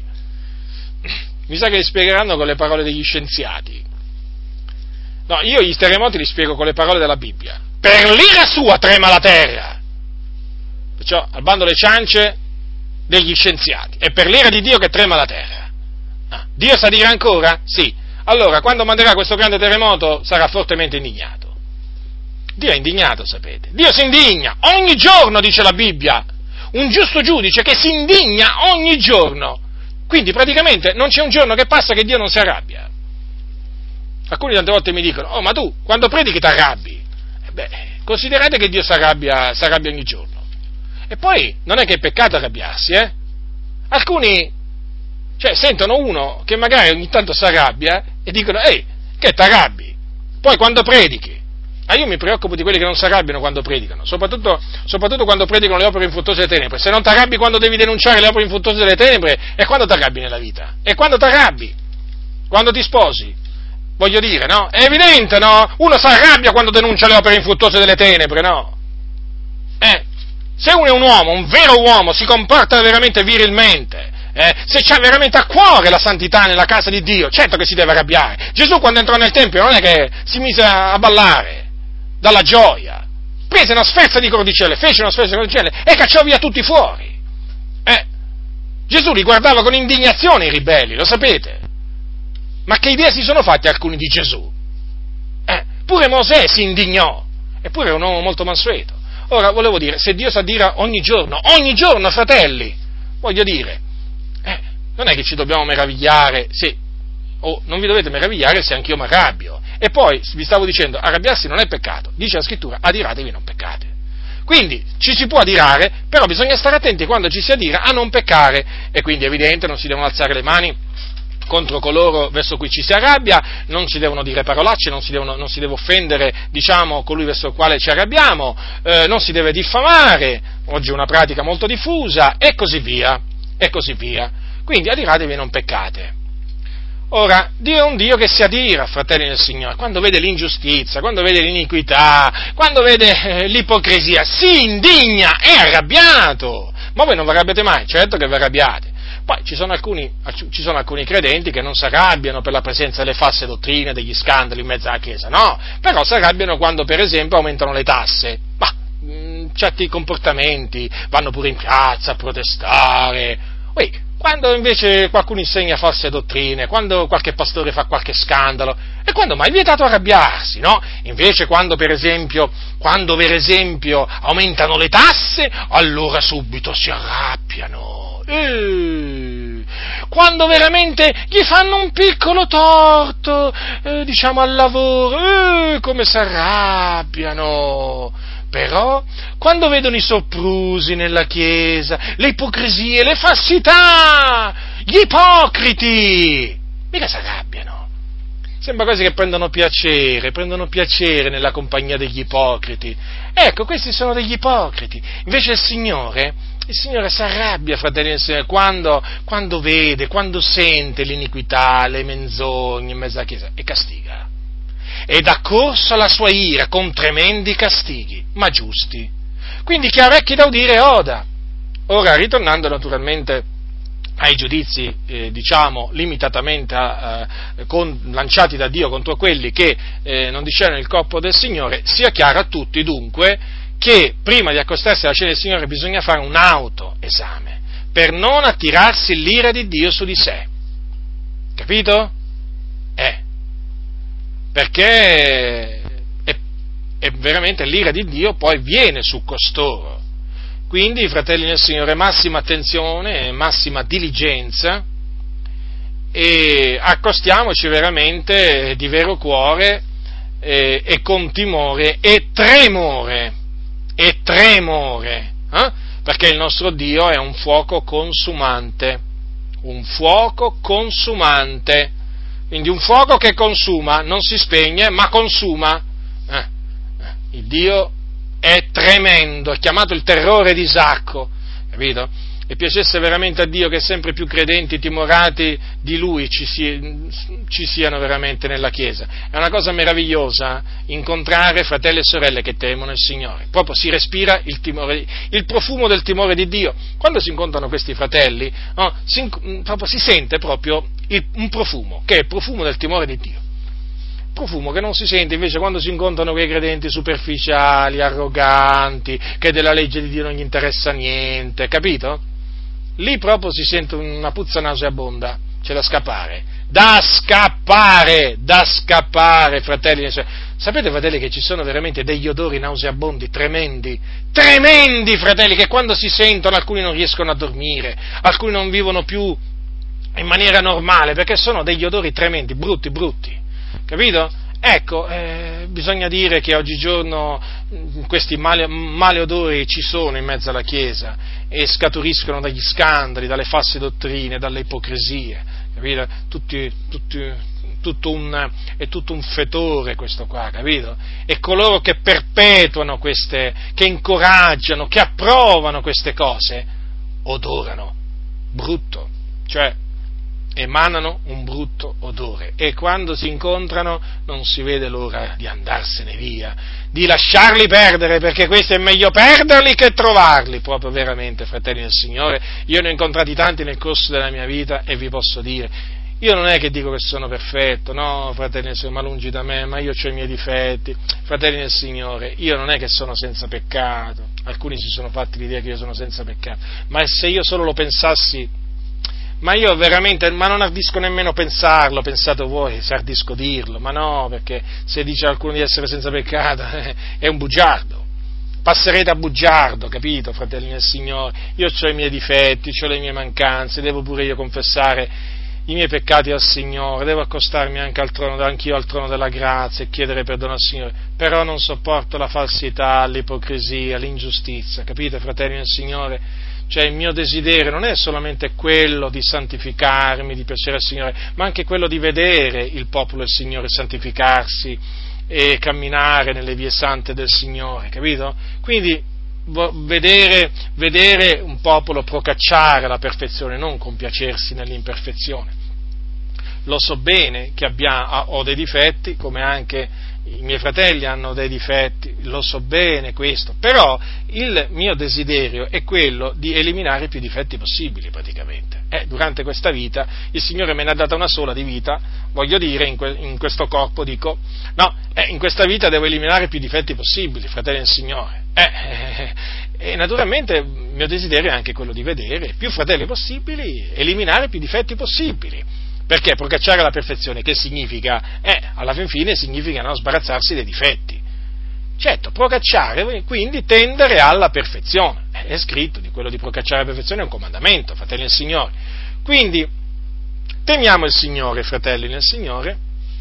Mi sa che li spiegheranno con le parole degli scienziati. No, io i terremoti li spiego con le parole della Bibbia. Per l'ira sua trema la terra. Perciò al bando le ciance degli scienziati. È per l'ira di Dio che trema la terra. Ah, Dio sa dire ancora? Sì. Allora, quando manderà questo grande terremoto, sarà fortemente indignato. Dio è indignato, sapete. Dio si indigna ogni giorno, dice la Bibbia. Un giusto giudice che si indigna ogni giorno. Quindi praticamente non c'è un giorno che passa che Dio non si arrabbia. Alcuni tante volte mi dicono: oh, ma tu quando predichi ti arrabbi? Eh beh, considerate che Dio si arrabbia, si arrabbia ogni giorno. E poi non è che è peccato arrabbiarsi, eh? Alcuni, cioè, sentono uno che magari ogni tanto si arrabbia e dicono: ehi, che ti arrabbi? Poi quando predichi? Ah, io mi preoccupo di quelli che non si arrabbiano quando predicano, soprattutto, soprattutto quando predicano le opere infruttuose delle tenebre. Se non ti arrabbi quando devi denunciare le opere infruttuose delle tenebre, e quando ti arrabbi nella vita? E quando ti arrabbi? Quando ti sposi? Voglio dire, no? È evidente, no? Uno si arrabbia quando denuncia le opere infruttuose delle tenebre, no? Eh? Se uno è un uomo, un vero uomo, si comporta veramente virilmente, eh? Se c'ha veramente a cuore la santità nella casa di Dio, certo che si deve arrabbiare. Gesù quando entrò nel Tempio non è che si mise a ballare dalla gioia, prese una sferza di cordicelle, fece una sferza di cordicelle e cacciò via tutti fuori. Eh? Gesù li guardava con indignazione i ribelli, lo sapete? Ma che idea si sono fatti alcuni di Gesù? Eh, pure Mosè si indignò, eppure era un uomo molto mansueto. Ora, volevo dire, se Dio sa dire ogni giorno, ogni giorno, fratelli, voglio dire, eh, non è che ci dobbiamo meravigliare, se, o non vi dovete meravigliare se anch'io mi arrabbio. E poi, vi stavo dicendo, arrabbiarsi non è peccato, dice la scrittura, adiratevi non peccate. Quindi ci si può adirare, però bisogna stare attenti quando ci si adira a non peccare, e quindi è evidente, non si devono alzare le mani contro coloro verso cui ci si arrabbia, non si devono dire parolacce, non si, devono, non si deve offendere, diciamo, colui verso il quale ci arrabbiamo, eh, non si deve diffamare, oggi è una pratica molto diffusa, e così via, e così via. Quindi adiratevi e non peccate. Ora, Dio è un Dio che si adira, fratelli del Signore, quando vede l'ingiustizia, quando vede l'iniquità, quando vede eh, l'ipocrisia, si indigna, è arrabbiato. Ma voi non vi arrabbiate mai? Certo che vi arrabbiate. Poi ci sono, alcuni, ci sono alcuni credenti che non si arrabbiano per la presenza delle false dottrine, degli scandali in mezzo alla Chiesa, no, però si arrabbiano quando, per esempio, aumentano le tasse. Ma mh, certi comportamenti, vanno pure in piazza a protestare. Ui, quando invece qualcuno insegna false dottrine, quando qualche pastore fa qualche scandalo, e quando mai è vietato arrabbiarsi, no? Invece quando per esempio, quando per esempio aumentano le tasse, allora subito si arrabbiano. Eh, quando veramente gli fanno un piccolo torto, eh, diciamo al lavoro, eh, come si arrabbiano. Però, quando vedono i soprusi nella Chiesa, le ipocrisie, le falsità, gli ipocriti, mica si arrabbiano. Sembra quasi che prendono piacere, prendono piacere nella compagnia degli ipocriti. Ecco, questi sono degli ipocriti. Invece il Signore, il Signore si arrabbia, fratelli del Signore, quando, quando vede, quando sente l'iniquità, le menzogne in mezzo alla Chiesa, e castiga. E dà corso alla sua ira con tremendi castighi, ma giusti. Quindi chi ha orecchi da udire oda. Ora, ritornando naturalmente ai giudizi, eh, diciamo, limitatamente a, eh, con, lanciati da Dio contro quelli che eh, non discernono il corpo del Signore, sia chiaro a tutti dunque che prima di accostarsi alla cena del Signore bisogna fare un autoesame, per non attirarsi l'ira di Dio su di sé. Capito? Eh. Perché è, è veramente l'ira di Dio poi viene su costoro. Quindi, fratelli nel Signore, massima attenzione, massima diligenza, e accostiamoci veramente di vero cuore e, e con timore e tremore, e tremore, eh? Perché il nostro Dio è un fuoco consumante, un fuoco consumante. Quindi un fuoco che consuma, non si spegne, ma consuma. Eh, eh, il Dio è tremendo, è chiamato il terrore di Isacco, capito? E piacesse veramente a Dio che sempre più credenti, timorati di Lui ci, si, ci siano veramente nella Chiesa. È una cosa meravigliosa incontrare fratelli e sorelle che temono il Signore. Proprio si respira il, timore, il profumo del timore di Dio. Quando si incontrano questi fratelli, no, si, proprio, si sente proprio il, un profumo, che è il profumo del timore di Dio. Profumo che non si sente invece quando si incontrano quei credenti superficiali, arroganti, che della legge di Dio non gli interessa niente, capito? Lì proprio si sente una puzza nauseabonda, c'è da scappare, da scappare, da scappare, fratelli. Sapete, fratelli, che ci sono veramente degli odori nauseabondi, tremendi, tremendi, fratelli, che quando si sentono alcuni non riescono a dormire, alcuni non vivono più in maniera normale, perché sono degli odori tremendi, brutti, brutti, capito? Ecco, eh, bisogna dire che oggigiorno questi male, male odori ci sono in mezzo alla Chiesa e scaturiscono dagli scandali, dalle false dottrine, dalle ipocrisie, capito? Tutti, tutti, tutto un, è tutto un fetore questo qua, capito? E coloro che perpetuano queste, che incoraggiano, che approvano queste cose, odorano brutto, cioè emanano un brutto odore, e quando si incontrano non si vede l'ora di andarsene via, di lasciarli perdere, perché questo è meglio perderli che trovarli, proprio veramente, fratelli del Signore. Io ne ho incontrati tanti nel corso della mia vita e vi posso dire, io non è che dico che sono perfetto, no, fratelli del Signore, ma lungi da me, ma io ho i miei difetti, fratelli del Signore, io non è che sono senza peccato, alcuni si sono fatti l'idea che io sono senza peccato, ma se io solo lo pensassi, Ma io veramente, ma non ardisco nemmeno pensarlo, pensate voi, se ardisco dirlo, ma no, perché se dice a qualcuno di essere senza peccato, eh, è un bugiardo, passerete a bugiardo, capito, fratelli nel Signore? Io ho i miei difetti, ho le mie mancanze, devo pure io confessare i miei peccati al Signore, devo accostarmi anche al trono, anch'io al trono della grazia e chiedere perdono al Signore, però non sopporto la falsità, l'ipocrisia, l'ingiustizia, capite, fratelli nel Signore? Cioè il mio desiderio non è solamente quello di santificarmi, di piacere al Signore, ma anche quello di vedere il popolo del Signore santificarsi e camminare nelle vie sante del Signore, capito? Quindi vedere, vedere un popolo procacciare la perfezione, non compiacersi nell'imperfezione. Lo so bene che abbia, ho dei difetti, come anche i miei fratelli hanno dei difetti, lo so bene questo, però il mio desiderio è quello di eliminare più difetti possibili praticamente. Eh, durante questa vita, il Signore me ne ha data una sola di vita, voglio dire, in, que, in questo corpo dico, no, eh, in questa vita devo eliminare più difetti possibili, fratelli del Signore. Eh, eh, e naturalmente il mio desiderio è anche quello di vedere più fratelli possibili, eliminare più difetti possibili. Perché procacciare la perfezione che significa? Eh, alla fin fine significa no, sbarazzarsi dei difetti. Certo, procacciare, quindi tendere alla perfezione. È scritto di quello di procacciare la perfezione è un comandamento, fratelli nel Signore. Quindi temiamo il Signore, fratelli nel Signore,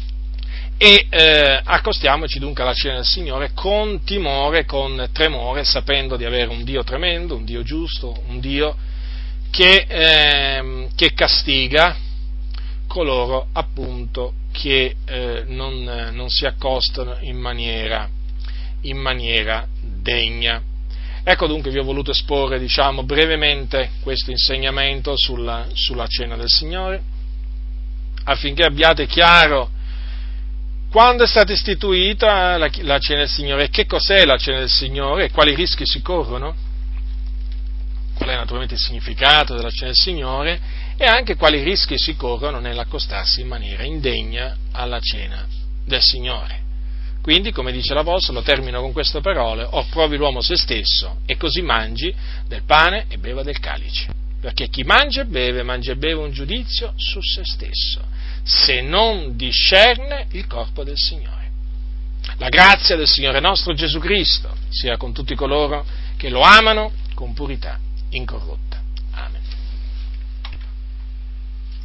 e eh, accostiamoci dunque alla cena del Signore con timore, con tremore, sapendo di avere un Dio tremendo, un Dio giusto, un Dio che, eh, che castiga coloro appunto che eh, non, non si accostano in maniera, in maniera degna. Ecco dunque vi ho voluto esporre, diciamo, brevemente questo insegnamento sulla, sulla cena del Signore, affinché abbiate chiaro quando è stata istituita la, la cena del Signore, che cos'è la cena del Signore e quali rischi si corrono, qual è naturalmente il significato della cena del Signore e anche quali rischi si corrono nell'accostarsi in maniera indegna alla cena del Signore. Quindi, come dice l'Apostolo, termino con queste parole: o provi l'uomo se stesso e così mangi del pane e beva del calice, perché chi mangia e beve, mangia e beve un giudizio su se stesso, se non discerne il corpo del Signore. La grazia del Signore nostro Gesù Cristo sia con tutti coloro che lo amano con purità incorrotta.